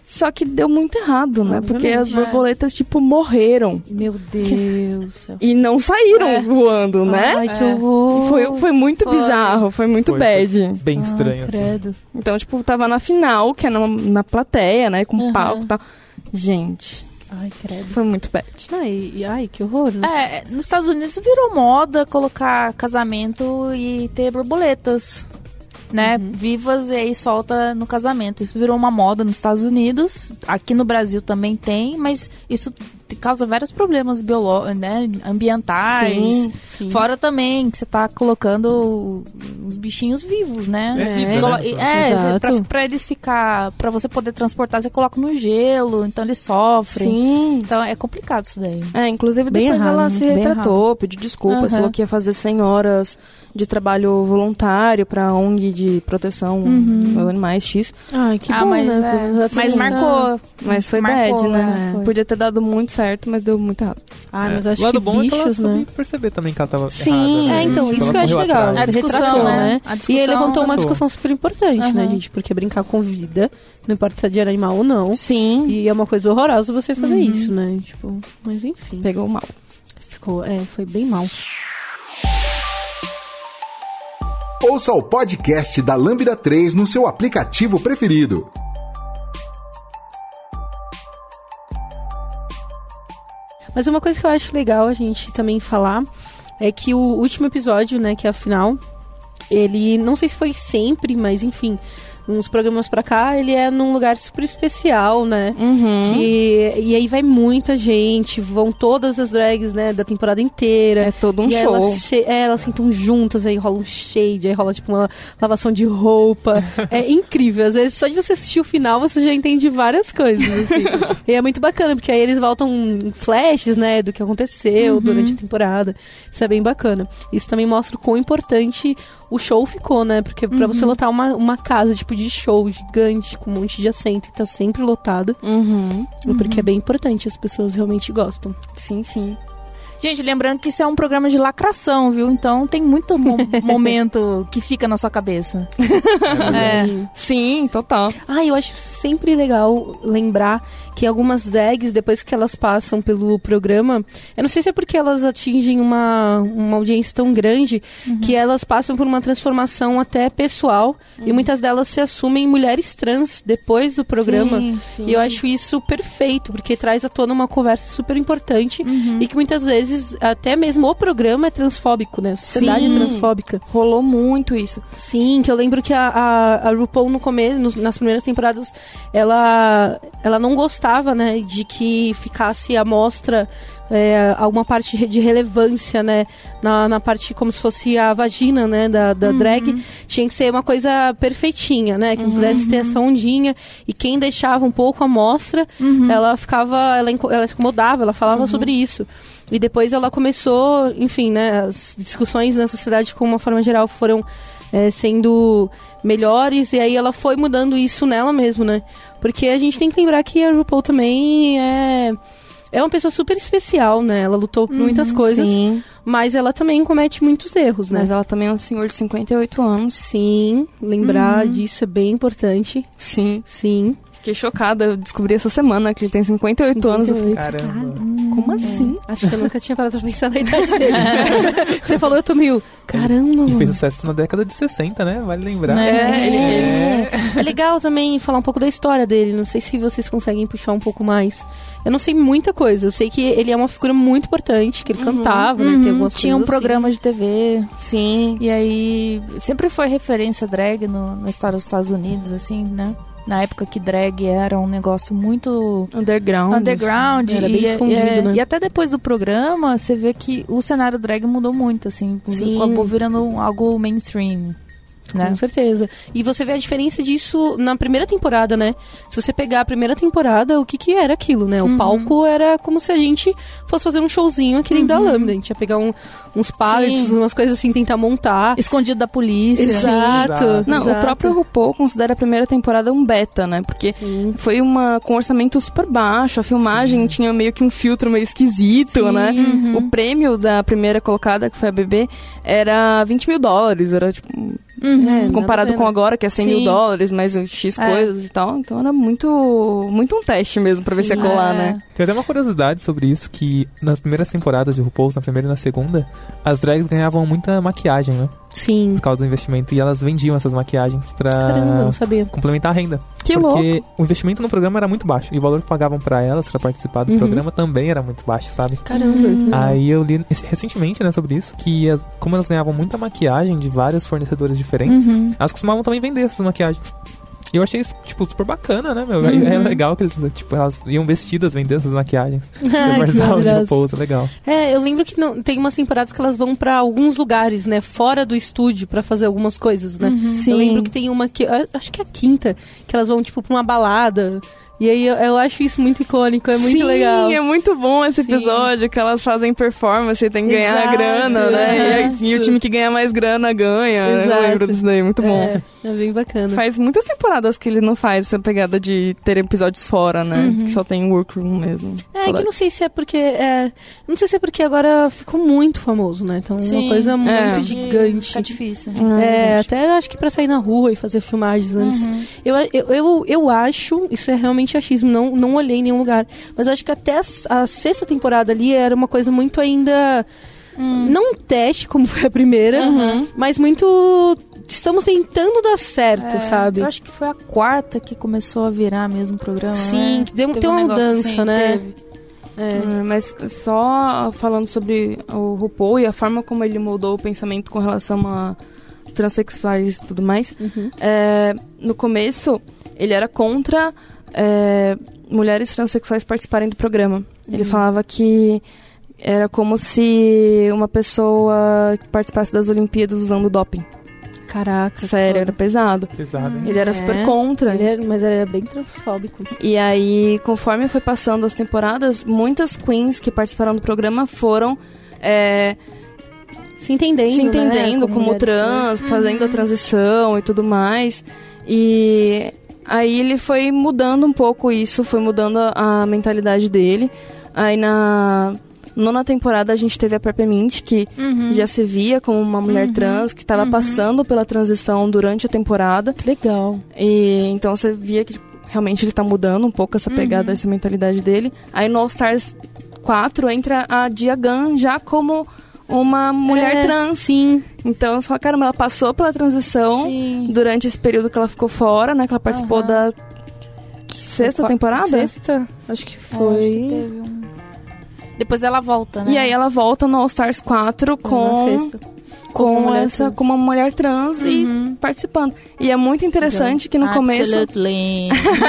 Só que deu muito errado, né?
Obviamente,
Porque as
é.
borboletas, tipo, morreram.
Meu Deus do céu.
E não saíram
É.
voando, né?
Ai, que
É.
horror.
Foi, foi muito
Foi.
bizarro, foi muito
Foi,
bad.
foi bem estranho,
Ai,
assim.
credo.
Então, tipo, tava na final, que é na, na plateia, né? Com
Uhum.
palco e tal. Gente,
Ai, credo.
foi muito bad.
Ai, e- ai, que horror. Né?
É, nos Estados Unidos virou moda colocar casamento e ter borboletas, né? Vivas e aí solta no casamento. Isso virou uma moda nos Estados Unidos. Aqui no Brasil também tem, mas isso te causa vários problemas biológicos, né? Ambientais.
Sim, sim.
Fora também que você tá colocando os bichinhos vivos, né?
É vida,
Colo-
né?
É,
Exato.
pra, pra eles ficar... Pra você poder transportar, você coloca no gelo, então eles sofrem.
Sim.
Então é complicado isso daí.
É, inclusive
Bem
depois
errado,
ela
né?
se
Bem
retratou, pediu desculpas,
Aham.
falou que ia fazer cem horas de trabalho voluntário pra O N G de proteção aos animais X.
Ai, que
ah,
bom,
mas,
né?
é,
Pelo menos
mas
assim,
marcou.
Mas foi
Marcou,
bad, né?
é, foi.
Podia ter dado muito certo, mas deu muito errado.
Ai, mas eu acho
o lado
que
bom
bichos,
é que ela
né?
soube perceber também que ela tava
Sim,
errada, né?
É, então,
Tipo,
isso
ela
que eu acho
correu
legal.
atrás.
A
Se
discussão,
retratou,
né?
né?
A
E
discussão
ele levantou uma
levantou.
discussão super importante, né,
Aham.
gente? Porque brincar com vida, não importa se é de animal ou não.
Sim.
E é uma coisa horrorosa você fazer
Uhum.
isso, né? Tipo, mas enfim.
Pegou mal.
Ficou, é, foi bem mal.
Ouça o podcast da Lambda três no seu aplicativo preferido.
Mas uma coisa que eu acho legal a gente também falar é que o último episódio, né, que é a final, ele, não sei se foi sempre, mas enfim, uns programas pra cá, ele é num lugar super especial, né?
Uhum.
E, e aí vai muita gente, vão todas as drags, né, da temporada inteira.
É todo um
e
show.
Elas, che- é, elas sentam juntas, aí rola um shade, aí rola tipo uma lavação de roupa. É incrível. Às vezes, só de você assistir o final, você já entende várias coisas, assim. E é muito bacana, porque aí eles voltam em flashes, né, do que aconteceu durante a temporada. Isso é bem bacana. Isso também mostra o quão importante o show ficou, né? Porque pra você lotar uma, uma casa, tipo, de show gigante, com um monte de assento, e tá sempre lotada.
Uhum.
Porque é bem importante, as pessoas realmente gostam.
Sim, sim.
Gente, lembrando que isso é um programa de lacração, viu? Então tem muito mo- momento que fica na sua cabeça. É.
Sim, total.
Ah, eu acho sempre legal lembrar que algumas drags, depois que elas passam pelo programa, eu não sei se é porque elas atingem uma, uma audiência tão grande, que elas passam por uma transformação até pessoal, e muitas delas se assumem mulheres trans depois do programa.
Sim, sim.
E eu acho isso perfeito, porque traz à tona uma conversa super importante, e que muitas vezes, até mesmo o programa é transfóbico, né? A sociedade
Sim.
é transfóbica.
Rolou muito isso.
Sim, que eu lembro que a, a, a RuPaul no começo, no- nas primeiras temporadas, ela, ela não gostava, né, de que ficasse a mostra é, alguma parte de relevância, né, na, na parte como se fosse a vagina, né, da, da drag. Tinha que ser uma coisa perfeitinha, né, que não pudesse ter essa ondinha. E quem deixava um pouco a mostra, ela ficava, ela, inco- ela se incomodava, ela falava sobre isso. E depois ela começou, enfim, né, as discussões na sociedade, como uma forma geral, foram é, sendo melhores, e aí ela foi mudando isso nela mesmo, né? Porque a gente tem que lembrar que a RuPaul também é, é uma pessoa super especial, né? Ela lutou por muitas coisas,
Sim.
mas ela também comete muitos erros, né?
Mas ela também é um senhor de cinquenta e oito anos.
Sim, lembrar disso é bem importante.
Sim.
Sim.
Fiquei chocada. Eu descobri essa semana que ele tem cinquenta e oito anos. Eu falei,
Caramba.
como assim?
Acho que eu nunca tinha parado pra pensar na idade dele. Você falou, eu tô meio... Caramba,
E fez
mano.
sucesso na década de sessenta, né? Vale lembrar.
É, ele-
É.
É legal também falar um pouco da história dele. Não sei se vocês conseguem puxar um pouco mais. Eu não sei muita coisa. Eu sei que ele é uma figura muito importante, que ele cantava, né? Tem
Uhum,
algumas
tinha um
coisas assim.
programa de T V.
Sim.
E aí, sempre foi referência drag no, na história dos Estados Unidos, assim, né? Na época que drag era um negócio muito
Underground.
underground.
Era bem
e,
escondido,
é,
né?
E até depois do programa, você vê que o cenário drag mudou muito, assim.
Sim.
Acabou virando algo mainstream, né?
Com certeza. E você vê a diferença disso na primeira temporada, né? Se você pegar a primeira temporada, o que que era aquilo, né? O
Uhum.
palco era como se a gente fosse fazer um showzinho aqui dentro da Lambda. A gente ia pegar um- uns pallets,
Sim.
umas coisas assim, tentar montar.
Escondido da polícia.
Exato.
Exato.
Não,
exato.
o próprio RuPaul considera a primeira temporada um beta, né? Porque
Sim.
foi uma com orçamento super baixo, a filmagem tinha meio que um filtro meio esquisito,
Sim.
né?
Uhum.
O prêmio da primeira colocada, que foi a Bebê, era vinte mil dólares, era tipo
Uhum.
É,
comparado
nada a ver,
com
né?
agora, que é cem
Sim.
mil dólares, mais um X
É.
coisas e tal. Então era muito, muito um teste mesmo pra ver se ia colar,
É.
né?
Tem até uma curiosidade sobre isso, que nas primeiras temporadas de RuPaul's, na primeira e na segunda, as drags ganhavam muita maquiagem, né?
Sim.
Por causa do investimento. E elas vendiam essas maquiagens pra
Caramba, não sabia.
complementar a renda.
Que
Porque
louco.
o investimento no programa era muito baixo. E o valor que pagavam pra elas, pra participar do
Uhum.
programa, também era muito baixo, sabe?
Caramba.
Uhum.
Aí eu li recentemente, né, sobre isso, que as- como elas ganhavam muita maquiagem de vários fornecedores diferentes,
Uhum.
elas costumavam também vender essas maquiagens. E eu achei isso, tipo, super bacana, né, meu?
Uhum.
É legal que eles, tipo, elas iam vestidas vendendo essas maquiagens.
Ai, que
Universal de
maravilhoso.
RuPaul's, é legal.
É, eu lembro que não, tem umas temporadas que elas vão pra alguns lugares, né? Fora do estúdio pra fazer algumas coisas, né?
Uhum.
Sim.
Eu lembro que tem uma que... eu acho que é a quinta. Que elas vão, tipo, pra uma balada. E aí eu, eu acho isso muito icônico. É muito
Sim,
legal.
é muito bom esse
Sim.
episódio, que elas fazem performance e tem que ganhar
Exato,
grana, né? E, aí- e o
isso.
time que ganha mais grana ganha. Eu
Exato.
lembro disso daí, muito bom.
É, é bem bacana.
Faz muitas temporadas que ele não faz essa pegada de ter episódios fora, né?
Uhum.
Que só tem workroom mesmo.
É, que
Saudade.
não sei se é porque... É, não sei se é porque agora ficou muito famoso, né? Então,
Sim.
uma coisa muito
É.
gigante.
Fica difícil.
É, até acho que pra sair na rua e fazer filmagens antes.
Uhum.
Eu, eu, eu, eu acho, isso é realmente achismo, não, não olhei em nenhum lugar, mas eu acho que até a, a sexta temporada ali era uma coisa muito ainda...
Hum.
Não um teste, como foi a primeira,
Uhum.
mas muito... Estamos tentando dar certo,
É,
sabe?
Eu acho que foi a quarta que começou a virar mesmo o programa,
Sim,
né?
que deu,
Teve
tem
um
uma
negócio
mudança,
assim,
né?
teve.
É.
É, mas só falando sobre o RuPaul e a forma como ele moldou o pensamento com relação a transexuais e tudo mais,
Uhum.
é, no começo ele era contra é, mulheres transexuais participarem do programa. Ele falava que era como se uma pessoa participasse das Olimpíadas usando doping.
Caraca.
Sério,
que
era pesado.
Pesado, hein?
Ele era
É.
super contra.
foda. Ele era- mas era bem transfóbico.
E aí, conforme foi passando as temporadas, muitas queens que participaram do programa foram é,
Se entendendo,
se entendendo
né?
como,
mulheres
trans,
Uhum.
fazendo a transição e tudo mais. E aí ele foi mudando um pouco isso, foi mudando a, a mentalidade dele. Aí na nona temporada a gente teve a Peppermint, que
Uhum.
já se via como uma mulher
Uhum.
trans, que estava
Uhum.
passando pela transição durante a temporada.
Que legal.
E então você via que realmente ele tá mudando um pouco essa pegada,
Uhum.
essa mentalidade dele. Aí no All Stars quatro entra a Dia Gunn já como uma mulher
É,
trans.
Sim.
Então, só, caramba, ela passou pela transição
Sim.
durante esse período que ela ficou fora, né? Que ela participou
Aham.
da sexta
Qua-
temporada.
Sexta? Acho que
É,
foi.
acho que teve um... Depois ela volta, né?
E aí ela volta no All Stars quatro
Na
com,
sexta.
com
Como mulher
essa,
trans.
com uma mulher trans
Uhum.
e participando. E é muito interessante que no começo...
Absolutely.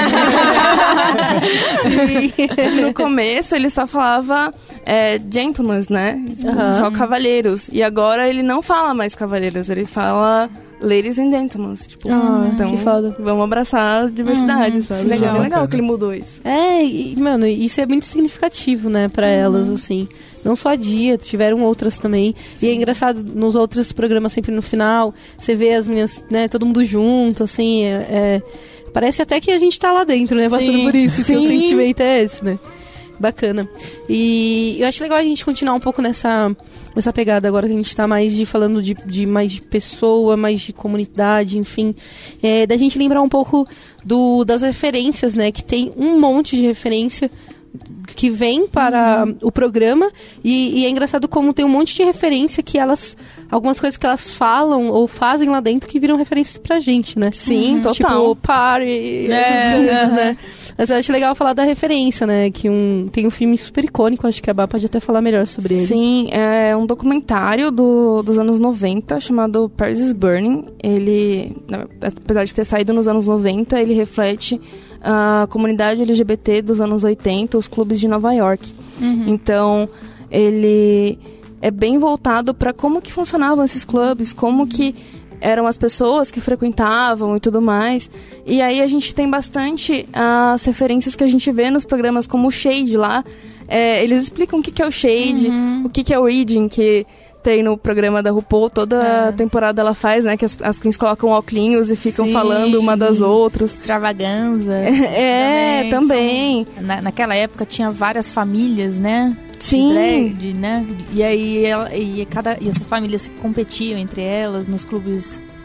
No começo ele só falava é, gentlemen, né? Tipo,
Aham.
só cavalheiros. E agora ele não fala mais cavalheiros, ele fala ladies and gentlemen. Tipo,
Ah,
então
que foda.
vamos abraçar a diversidade,
Uhum,
sabe?
legal.
É legal
Bacana.
que ele mudou isso.
É, e, mano, isso é muito significativo, né, pra elas, assim. Não só a Dia, tiveram outras também. E é engraçado, nos outros programas, sempre no final, você vê as meninas, né, todo mundo junto, assim, é... é- parece até que a gente tá lá dentro, né, passando
Sim.
por isso, que o
Sim.
sentimento é esse, né. Bacana. E eu acho legal a gente continuar um pouco nessa, nessa pegada agora que a gente tá mais de falando de, de mais de pessoa, mais de comunidade, enfim. É, da gente lembrar um pouco do, das referências, né? Que tem um monte de referência que vem para o programa e, e é engraçado como tem um monte de referência que elas, algumas coisas que elas falam ou fazem lá dentro que viram referências pra gente, né?
Sim, total.
Tipo, party, essas coisas, né? Mas eu acho legal falar da referência, né? Que um, tem um filme super icônico, acho que a Bá pode até falar melhor sobre ele.
Sim, é um documentário do, dos anos noventa chamado Paris is Burning. Ele, na- apesar de ter saído nos anos noventa, ele reflete a comunidade L G B T dos anos oitenta, os clubes de Nova York.
Uhum.
Então, ele é bem voltado para como que funcionavam esses clubes, como que eram as pessoas que frequentavam e tudo mais. E aí a gente tem bastante as referências que a gente vê nos programas como o Shade lá. É, eles explicam o que que é o Shade,
Uhum.
o que que é o Reading, que tem no programa da RuPaul, toda
É.
temporada ela faz, né? Que as, as queens colocam óculos e ficam
Sim,
falando uma das
sim.
outras.
Extravaganza.
É, também.
São- na, naquela época tinha várias famílias, né?
Sim.
De drag, de, né? E aí ela, e, cada, e essas famílias se competiam entre elas nos clubes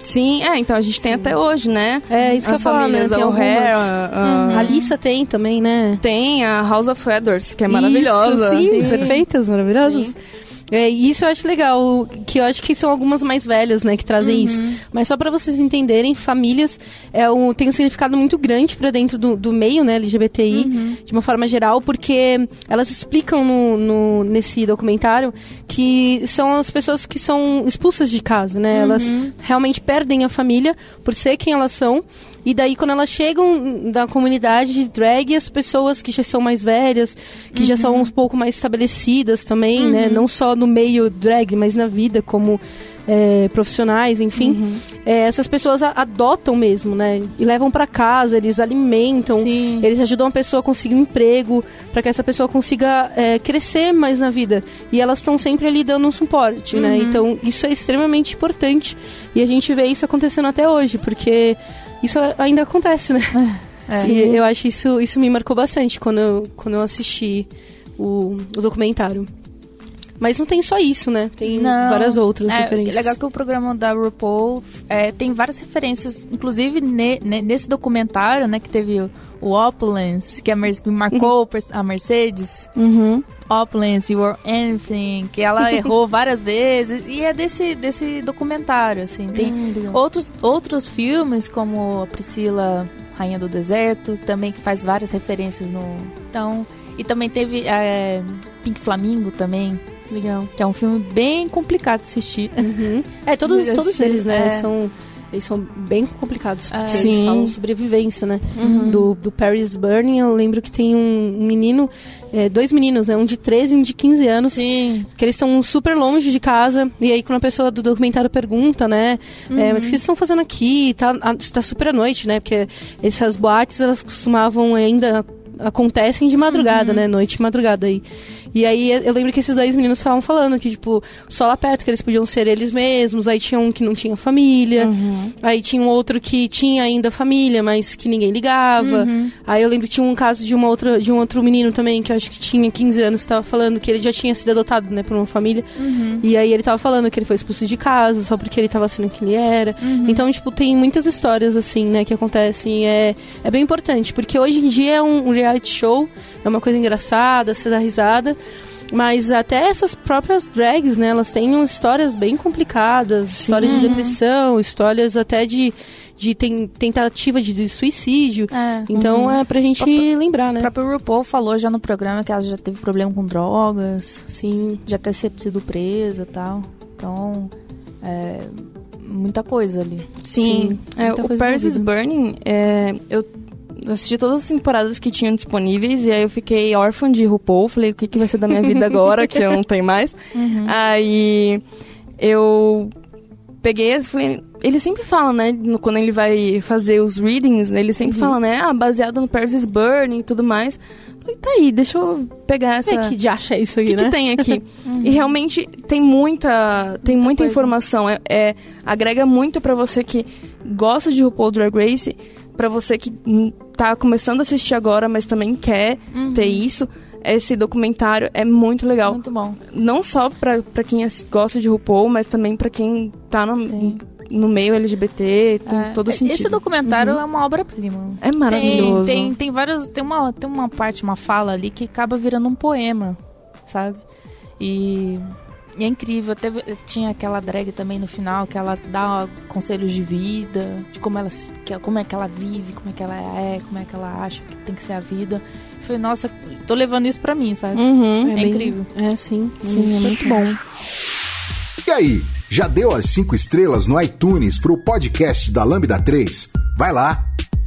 Sim, é, então a gente tem até hoje, né?
É, isso que eu
As
ia falar, né?
famílias,
Tem
a O'Hare,
algumas.
a-
A Alissa tem também, né?
Tem a House of Feathers, que é maravilhosa.
Isso, sim,
Sim.
perfeitas, maravilhosas.
Sim.
É, e isso eu acho legal, que eu acho que são algumas mais velhas, né, que trazem isso. Mas só pra vocês entenderem, famílias é um, tem um significado muito grande pra dentro do, do meio, né, L G B T I, de uma forma geral, porque elas explicam no, no- nesse documentário que são as pessoas que são expulsas de casa, né? Elas realmente perdem a família por ser quem elas são. E daí, quando elas chegam da comunidade de drag, as pessoas que já são mais velhas, que já são um pouco mais estabelecidas também, né? Não só no meio drag, mas na vida, como é, profissionais, enfim. É, essas pessoas a- adotam mesmo, né? E levam pra casa, eles alimentam,
Sim.
eles ajudam a pessoa a conseguir um emprego, pra que essa pessoa consiga é, crescer mais na vida. E elas estão sempre ali dando um suporte, né? Então, isso é extremamente importante. E a gente vê isso acontecendo até hoje, porque isso ainda acontece, né?
É.
E eu acho isso, isso me marcou bastante quando eu, quando eu assisti o, o documentário. Mas não tem só isso, né? Tem
Não.
várias outras
É
referências.
legal que o programa da RuPaul é, tem várias referências, inclusive ne- ne- nesse documentário, né, que teve o, o Opulence, que a Mer- marcou a Mercedes.
Uhum.
Opulence, You Are Anything, que ela errou várias vezes, e é desse, desse documentário, assim. Tem outros, outros filmes, como a Priscila, Rainha do Deserto, também que faz várias referências no... Então, e também teve é, Pink Flamingo também,
Legal.
que é um filme bem complicado de assistir.
Uhum. É, todos,
Sim,
todos
sim,
eles, né?
é.
São, eles são bem complicados, porque eles
Sim.
falam sobre a vivência, né? Do, do Paris Burning, eu lembro que tem um, um menino, é, dois meninos, né? Um de treze e um de quinze anos.
Sim.
Que eles estão super longe de casa. E aí, quando a pessoa do documentário pergunta, né? é, mas o que vocês estão fazendo aqui? Tá, a- tá super à noite, né? Porque essas boates, elas costumavam ainda... acontecem de madrugada, né? Noite e madrugada aí. E aí eu lembro que esses dois meninos estavam falando que, tipo, só lá perto que eles podiam ser eles mesmos. Aí tinha um que não tinha família. Aí tinha um outro que tinha ainda família, mas que ninguém ligava. Aí eu lembro que tinha um caso de, uma outra, de um outro menino também, que eu acho que tinha quinze anos, que tava falando que ele já tinha sido adotado, né, por uma família. E aí ele tava falando que ele foi expulso de casa só porque ele tava sendo quem ele era. Então, tipo, tem muitas histórias assim, né, que acontecem. É, é bem importante, porque hoje em dia é um, um reality show, é uma coisa engraçada, você dá risada. Mas até essas próprias drags, né, elas têm histórias bem complicadas, histórias de depressão, histórias até de, de ten- tentativa de, de suicídio.
É.
Então é pra gente
Próprio-
lembrar,
O
né?
próprio RuPaul falou já no programa que ela já teve problema com drogas,
Sim.
já ter sido presa e tal. Então, é, muita coisa ali.
Sim. É,
muita
o
coisa
Paris is
envolvida.
Burning, é, eu assisti todas as temporadas que tinham disponíveis e aí eu fiquei órfã de RuPaul. Falei, o que, que vai ser da minha vida agora, que eu não tenho mais. Aí eu peguei e falei... Ele sempre fala, né, no- quando ele vai fazer os readings, ele sempre fala, né, ah, baseado no Paris is Burning e tudo mais. Falei, tá aí, deixa eu pegar essa...
É que de acha isso
O
aqui,
que,
né?
que tem aqui? E realmente tem muita, tem muita,
coisa.
informação. É, é- agrega muito pra você que gosta de RuPaul Drag Race, pra você que hum, tá começando a assistir agora, mas também quer ter isso. Esse documentário é muito legal.
Muito bom.
Não só pra, pra quem ass- gosta de RuPaul, mas também pra quem tá no, no meio L G B T, tem
É,
todo sentido.
Esse documentário é uma obra-prima.
É maravilhoso.
Tem, tem, tem vários. Tem uma, tem uma parte, uma fala ali que acaba virando um poema, sabe? E, e é incrível. Teve, tinha aquela drag também no final que ela dá conselhos de vida, de como ela se- que- como é que ela vive, como é que ela é, como é que ela acha que tem que ser a vida. Eu falei, nossa, tô levando isso pra mim, sabe?
Uhum.
É
bem-
incrível.
É, sim.
Sim, é muito bom.
E aí, já deu as cinco estrelas no iTunes pro podcast da Lambda três? Vai lá!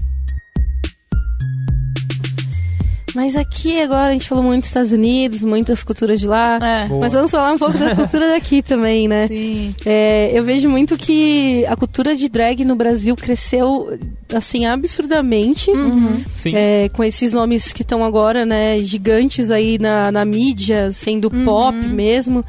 Mas aqui agora a gente falou muito dos Estados Unidos, muitas culturas de lá.
É.
Mas vamos falar um pouco da cultura daqui também, né?
Sim.
É, eu vejo muito que a cultura de drag no Brasil cresceu, assim, absurdamente.
Sim.
É, com esses nomes que estão agora, né, gigantes aí na, na mídia, sendo pop mesmo.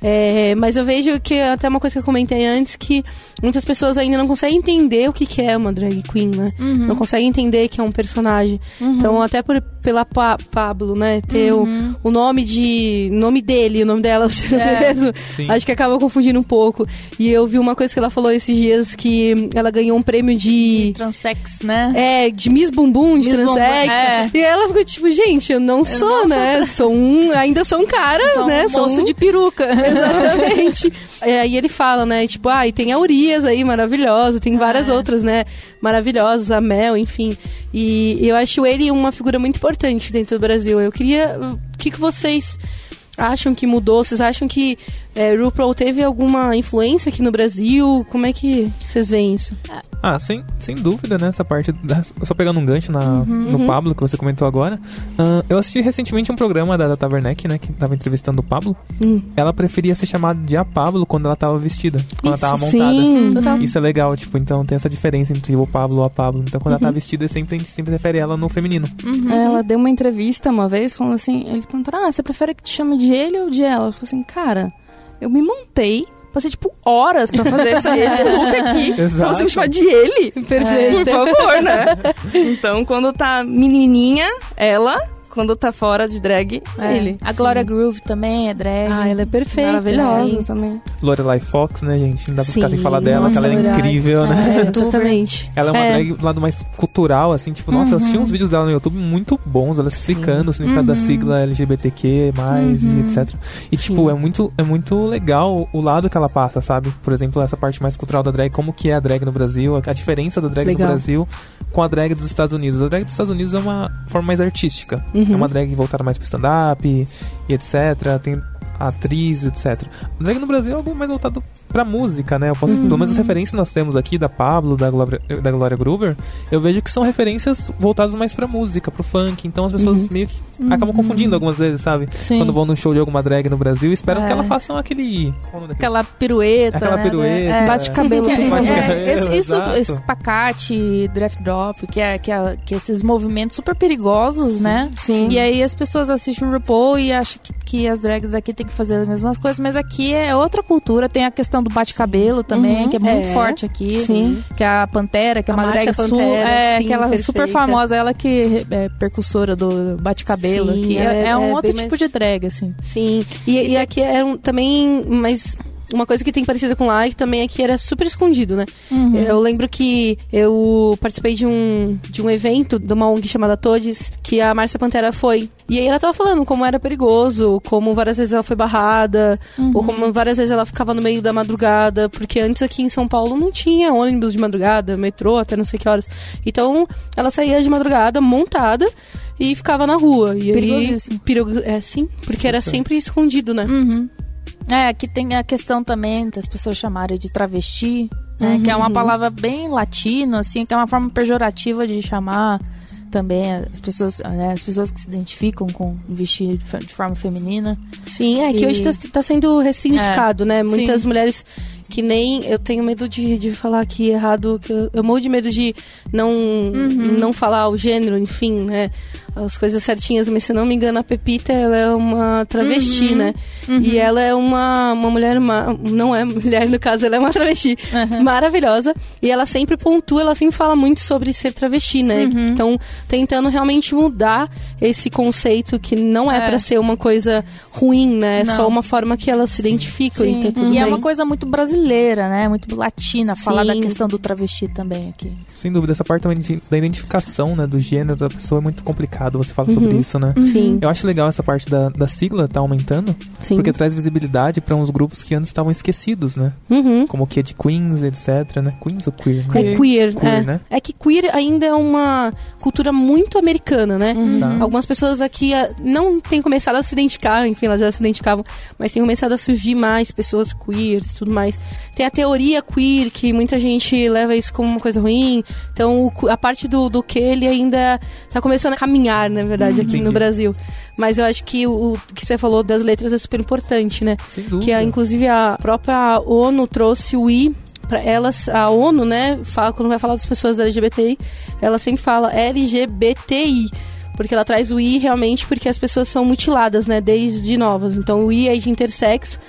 É, mas eu vejo que, até uma coisa que eu comentei antes, que muitas pessoas ainda não conseguem entender o que, que é uma drag queen, né?
Uhum.
Não conseguem entender que é um personagem.
Uhum.
Então, até por, pela pa Pablo, né? Ter
Uhum.
o, o nome de... nome dele, o nome dela ser
É.
mesmo.
Sim.
Acho que acaba confundindo um pouco. E eu vi uma coisa que ela falou esses dias, que ela ganhou um prêmio de...
Transex, né?
É, de Miss Bumbum, de
Miss Bumbum,
transex.
é.
E ela ficou tipo, gente, eu não sou,
não
né? Sou um... Ainda sou um cara,
Só
né?
um
Sou
moço
um...
de peruca.
Exatamente. É, e ele fala, né? Tipo, ah, e tem a Urias aí, maravilhosa. Tem várias
Ah, é.
outras, né? Maravilhosas. A Mel, enfim. E eu acho ele uma figura muito importante dentro do Brasil. Eu queria... O que, que vocês acham que mudou? Vocês acham que é, RuPaul teve alguma influência aqui no Brasil? Como é que vocês veem isso?
Ah, sem, sem dúvida, né? Essa parte, da, só pegando um gancho na, no
Uhum.
Pablo, que você comentou agora. Ah, eu assisti recentemente um programa da Tata Werneck, né? Que tava entrevistando o Pablo.
Hum.
Ela preferia ser chamada de a Pablo quando ela tava vestida, quando
Isso,
ela tava montada.
Sim, total.
Isso é legal, tipo, então tem essa diferença entre o Pablo e a Pablo. Então quando ela tá vestida, sempre, a gente sempre refere ela no feminino.
Uhum.
Ela deu uma entrevista uma vez falando assim, eles perguntaram, ah, você prefere que te chame de ele ou de ela? Ela falou assim, cara, eu me montei, passei tipo horas pra fazer essa, esse look aqui.
Exato.
Você me chama de ele?
Perfeito.
Por favor, né? Então, quando tá menininha, ela... Quando tá fora de drag,
É.
ele.
A Gloria Groove também é drag.
Ah, ela é perfeita.
Maravilhosa
sim.
também.
Lorelai Fox, né, gente? Não dá pra ficar
Sim,
sem falar dela,
nossa,
que ela é
Lorelai.
incrível, né?
É, exatamente.
Ela é uma
É.
drag do lado mais cultural, assim, tipo, nossa, eu assisti uns vídeos dela no YouTube muito bons, ela explicando o significado da sigla L G B T Q mais, e etcétera. E, tipo, é muito, é muito legal o lado que ela passa, sabe? Por exemplo, essa parte mais cultural da drag, como que é a drag no Brasil, a, a diferença da drag
Legal.
no Brasil com a drag dos Estados Unidos. A drag dos Estados Unidos é uma forma mais artística.
Uhum.
É uma drag voltada mais pro stand-up e etcétera. Tem a atriz, etcétera. A drag no Brasil é algo mais voltado pra música, né? Eu posso,
Uhum.
Pelo menos as referências que nós temos aqui, da Pablo, da Gloria, da Gloria Groover, eu vejo que são referências voltadas mais pra música, pro funk. Então as pessoas
Uhum.
meio que acabam confundindo algumas vezes, sabe?
Sim.
Quando vão num show de alguma drag no Brasil, esperam
É.
que ela faça aquele... qual é o nome daquele?
Aquela pirueta.
Aquela
né?
pirueta.
É.
Bate-cabelo.
É,
Bate-cabelo,
é, esse, isso,
exato.
esse pacate, draft drop, que é, que é que esses movimentos super perigosos, né?
Sim.
E aí as pessoas assistem o RuPaul e acham que, que as drags daqui tem que fazer as mesmas coisas, mas aqui é outra cultura. Tem a questão do bate-cabelo também,
Uhum.
que é muito
É.
forte aqui.
Sim.
Que é a Pantera, que é
A
uma
Márcia
drag sul,
Pantera,
é,
sim,
que ela é
perfeita.
super famosa, ela que é percussora do bate-cabelo
Sim,
aqui.
ela
É,
é-
é um
é
outro
bem
tipo
mais-
de drag, assim.
Sim. E, e aqui é um, também, mas uma coisa que tem parecida com lá, que também aqui era super escondido, né?
Uhum.
Eu lembro que eu participei de um, de um evento de uma O N G chamada Todes, que a Márcia Pantera foi. E aí ela tava falando como era perigoso, como várias vezes ela foi barrada,
Uhum.
ou como várias vezes ela ficava no meio da madrugada, porque antes aqui em São Paulo não tinha ônibus de madrugada, metrô, até não sei que horas. Então ela saía de madrugada montada e ficava na rua. E aí,
Perigosíssimo.
perigo, é sim, porque era sempre escondido, né?
Uhum. É, aqui tem a questão também das pessoas chamarem de travesti, né? Que é uma
Uhum.
palavra bem latino, assim, que é uma forma pejorativa de chamar também as pessoas, né, as pessoas que se identificam com vestir de, de forma feminina.
Sim, é que
E-
hoje tá, tá sendo ressignificado, né? Muitas
sim.
mulheres que nem... Eu tenho medo de, de falar aqui errado, que eu, eu morro de medo de não, não falar o gênero, enfim, né? As coisas certinhas, mas se não me engano, a Pepita, ela é uma travesti,
Uhum.
né? E ela é uma, uma mulher... ma- Não é mulher, no caso, ela é uma travesti maravilhosa. E ela sempre pontua, ela sempre fala muito sobre ser travesti, né?
Uhum.
Então, tentando realmente mudar esse conceito que não é,
É.
pra ser uma coisa ruim, né? É
Não.
só uma forma que elas se identificam e tá tudo
e
bem.
é uma coisa muito brasileira, né? Muito latina, falar da
Sim.
questão do travesti também aqui.
Sem dúvida, essa parte também de- da identificação, né, do gênero da pessoa é muito complicado você falar sobre isso, né?
Sim,
Eu acho legal essa parte da, da sigla tá aumentando,
sim.
porque traz visibilidade pra uns grupos que antes estavam esquecidos, né?
Uhum.
Como o que é de Queens, etcétera, né? Queens ou Queer, né?
É queer,
Queer,
é.
né?
É que queer ainda é uma cultura muito americana, né?
Tá.
Algumas pessoas aqui ah, não têm começado a se identificar, enfim, elas já se identificavam, mas tem começado a surgir mais pessoas queers e tudo mais. Tem a teoria queer, que muita gente leva isso como uma coisa ruim. Então, o- a parte do, do que ele ainda tá começando a caminhar, na verdade, aqui
Entendi.
no Brasil. Mas eu acho que o, o que você falou das letras é super importante, né?
Sem dúvida.
Que a, inclusive a própria ONU trouxe o I para elas, a ONU, né, fala, quando vai falar das pessoas L G B T I, ela sempre fala L G B T I, porque ela traz o I realmente porque as pessoas são mutiladas, né, desde novas. Então o I é de intersexo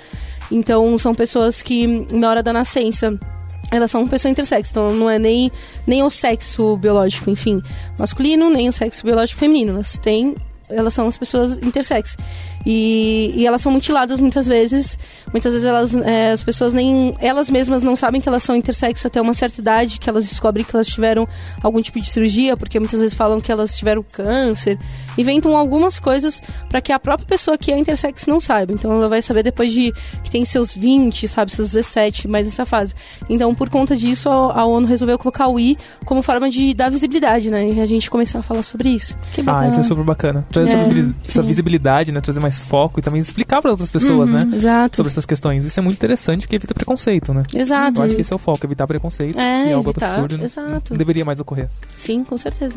Então, são pessoas que, na hora da nascença, elas são pessoas intersexo, então não é nem, nem o sexo biológico, enfim, masculino, nem o sexo biológico feminino. Elas têm... Elas são as pessoas intersexo. E, e elas são mutiladas muitas vezes. Muitas vezes elas, é, as pessoas nem... Elas mesmas não sabem que elas são intersexo até uma certa idade, que elas descobrem que elas tiveram algum tipo de cirurgia, porque muitas vezes falam que elas tiveram câncer. Inventam algumas coisas para que a própria pessoa que é intersexo não saiba. Então ela vai saber depois de que tem seus vinte, sabe, seus dezessete, mais nessa fase. Então, por conta disso, a, a ONU resolveu colocar o I como forma de dar visibilidade, né? E a gente começar a falar sobre isso.
Que ah, isso é super bacana. Trazer é, essa, visibilidade, essa visibilidade, né? Trazer mais foco e também explicar para outras pessoas, uhum, né?
Exato.
Sobre essas questões. Isso é muito interessante, porque evita preconceito, né?
Exato.
Eu acho que esse é o foco, evitar preconceito.
É,
e é algo
evitar,
absurdo.
Exato.
Não deveria mais ocorrer.
Sim, com certeza.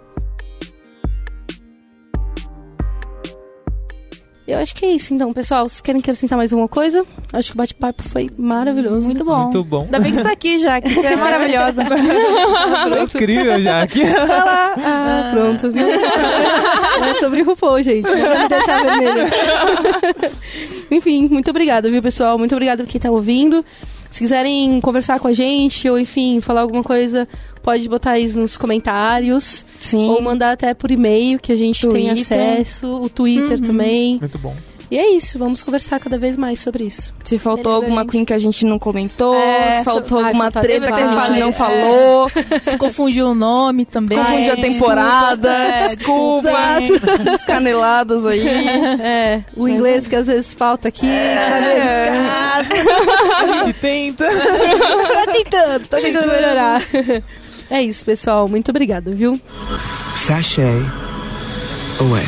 Eu acho que é isso, então, pessoal. Vocês querem acrescentar mais alguma coisa? Acho que o bate-papo foi maravilhoso.
Muito bom.
Muito bom.
Ainda bem que você tá aqui, Jaque. Você é maravilhosa.
Incrível, Jaque.
Olha lá. Ah, pronto. É sobre o RuPaul, gente. Não vou me deixar vermelha. Enfim, muito obrigada, viu, pessoal? Muito obrigada por quem tá ouvindo. Se quiserem conversar com a gente, ou enfim, falar alguma coisa, pode botar isso nos comentários.
Sim.
Ou mandar até por e-mail, que a gente Twitter. tem acesso. O Twitter uhum. também.
Muito bom.
E é isso, vamos conversar cada vez mais sobre isso.
Se faltou
Beleza,
alguma
gente.
Queen que a gente não comentou,
é,
se faltou
ai,
alguma treta que a gente
falei,
não
é.
falou,
se confundiu o nome também.
confundiu a temporada,
é,
desculpa, as caneladas aí.
É, o inglês que às vezes falta aqui.
É.
A gente tenta.
Tá tentando, tá tentando melhorar. É isso, pessoal. Muito obrigada, viu?
Sashay away.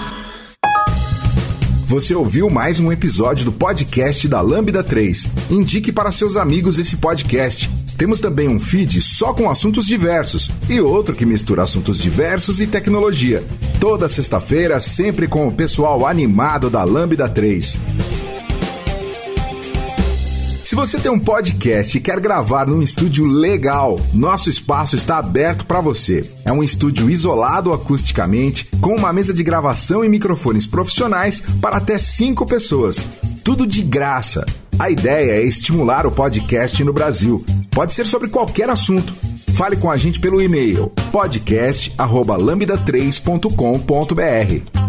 Você ouviu mais um episódio do podcast da Lambda três. Indique para seus amigos esse podcast. Temos também um feed só com assuntos diversos e outro que mistura assuntos diversos e tecnologia. Toda sexta-feira, sempre com o pessoal animado da Lambda três. Se você tem um podcast e quer gravar num estúdio legal, nosso espaço está aberto para você. É um estúdio isolado acusticamente, com uma mesa de gravação e microfones profissionais para até cinco pessoas. Tudo de graça. A ideia é estimular o podcast no Brasil. Pode ser sobre qualquer assunto. Fale com a gente pelo e-mail podcast arroba lambda três ponto com ponto br.